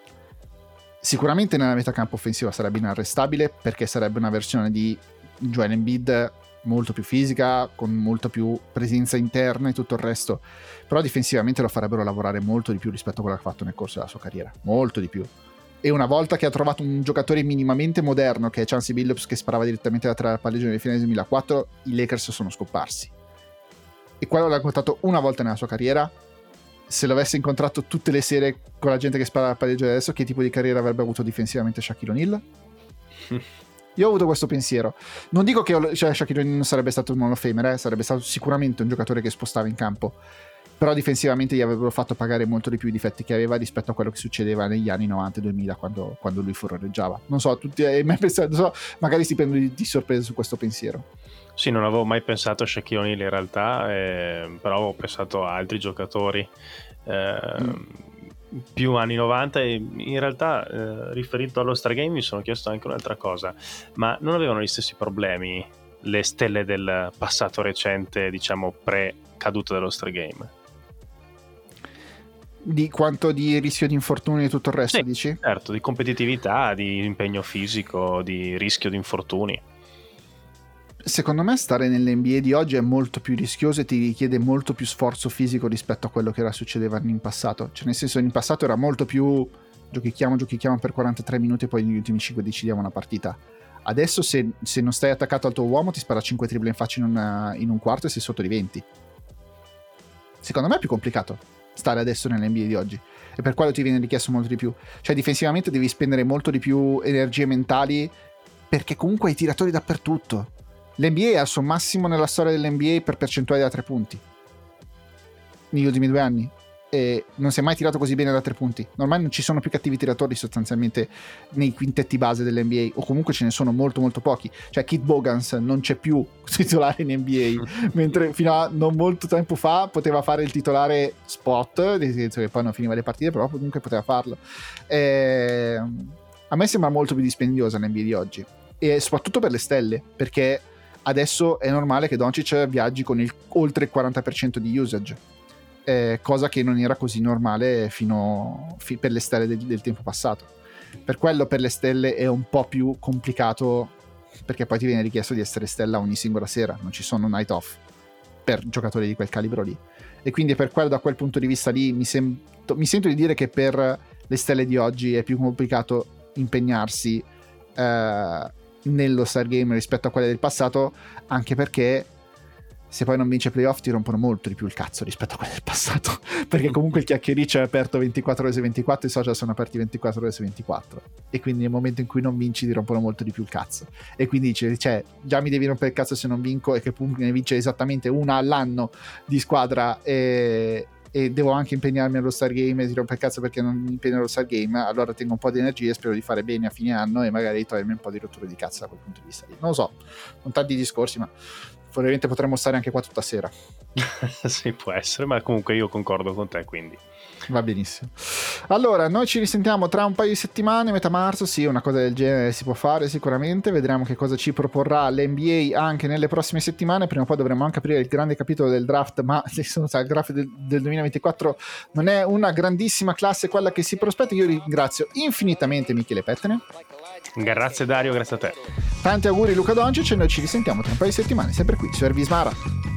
E: sicuramente nella metacampo offensiva sarebbe inarrestabile, perché sarebbe una versione di Joel Embiid molto più fisica, con molta più presenza interna e tutto il resto, però difensivamente lo farebbero lavorare molto di più rispetto a quello che ha fatto nel corso della sua carriera, molto di più. E una volta che ha trovato un giocatore minimamente moderno, che è Chauncey Billups, che sparava direttamente da tre al palleggio nelle finali del duemilaquattro, i Lakers sono scomparsi. e quello l'ha incontrato una volta nella sua carriera. Se l'avesse incontrato tutte le sere con la gente che spara al palleggio adesso, che tipo di carriera avrebbe avuto difensivamente Shaquille O'Neal? Io ho avuto questo pensiero. Non dico che cioè, Shaquille O'Neal non sarebbe stato un Hall of Famer, eh? Sarebbe stato sicuramente un giocatore che spostava in campo, però difensivamente gli avrebbero fatto pagare molto di più i difetti che aveva rispetto a quello che succedeva negli anni novanta duemila quando, quando lui furreggiava. Non so, tutti eh, mai pensato, non so, magari si prendono di, di sorpresa su questo pensiero.
F: Sì, non avevo mai pensato a Shaquille O'Neal in realtà, eh, però avevo pensato a altri giocatori eh, mm. più anni novanta, e in realtà eh, riferito allo Star Game mi sono chiesto anche un'altra cosa: ma non avevano gli stessi problemi le stelle del passato recente, diciamo pre-caduta dello Star Game?
E: Di quanto di rischio di infortuni e tutto il resto,
F: sì,
E: dici?
F: Certo, di competitività, di impegno fisico, di rischio di infortuni.
E: Secondo me stare nell'N B A di oggi è molto più rischioso e ti richiede molto più sforzo fisico rispetto a quello che era succedeva in passato. Cioè, nel senso, in passato era molto più giochicchiamo, giochicchiamo per quarantatré minuti e poi negli ultimi cinque decidiamo una partita. Adesso se, se non stai attaccato al tuo uomo ti spara cinque triple in faccia in, una, in un quarto e sei sotto di venti. Secondo me è più complicato stare adesso nell'N B A di oggi, e per quello ti viene richiesto molto di più. Cioè, difensivamente devi spendere molto di più energie mentali, perché comunque hai tiratori dappertutto. L'N B A è al suo massimo nella storia dell'N B A per percentuale da tre punti negli ultimi due anni, e non si è mai tirato così bene da tre punti. Ormai non ci sono più cattivi tiratori sostanzialmente nei quintetti base dell'N B A, o comunque ce ne sono molto molto pochi. Cioè Kit Bogans non c'è più titolare in N B A, mentre fino a non molto tempo fa poteva fare il titolare spot, nel senso che poi non finiva le partite, però comunque poteva farlo. E a me sembra molto più dispendiosa l'N B A di oggi, e soprattutto per le stelle, perché adesso è normale che Doncic viaggi con il, oltre il quaranta per cento di usage, eh, cosa che non era così normale fino fi, per le stelle del, del tempo passato. Per quello per le stelle è un po' più complicato, perché poi ti viene richiesto di essere stella ogni singola sera, non ci sono night off per giocatori di quel calibro lì, e quindi per quello, da quel punto di vista lì mi, sento, mi sento di dire che per le stelle di oggi è più complicato impegnarsi eh, nello Star Game rispetto a quelle del passato, anche perché se poi non vince playoff ti rompono molto di più il cazzo rispetto a quelle del passato, perché comunque il chiacchiericcio è aperto ventiquattro ore su ventiquattro, i social sono aperti ventiquattro ore su ventiquattro, e quindi nel momento in cui non vinci ti rompono molto di più il cazzo, e quindi dice, cioè, già mi devi rompere il cazzo se non vinco, e che punto ne vince esattamente una all'anno di squadra, e e devo anche impegnarmi allo Star Game e ti rompe il cazzo perché non mi impegno allo Star Game, allora tengo un po' di energia e spero di fare bene a fine anno e magari togliermi un po' di rotture di cazzo da quel punto di vista lì. Non lo so, sono tanti discorsi, ma probabilmente potremmo stare anche qua tutta sera.
F: Sì, può essere, ma comunque io concordo con te, quindi
E: va benissimo. Allora, noi ci risentiamo tra un paio di settimane, metà marzo, sì, una cosa del genere si può fare sicuramente, vedremo che cosa ci proporrà l'N B A anche nelle prossime settimane. Prima o poi dovremo anche aprire il grande capitolo del draft, ma il draft del, del duemilaventiquattro non è una grandissima classe quella che si prospetta. Io ringrazio infinitamente Michele Pettene.
F: Grazie Dario, grazie a te.
E: Tanti auguri Luka Doncic, e noi ci risentiamo tra un paio di settimane sempre qui su Ervismara.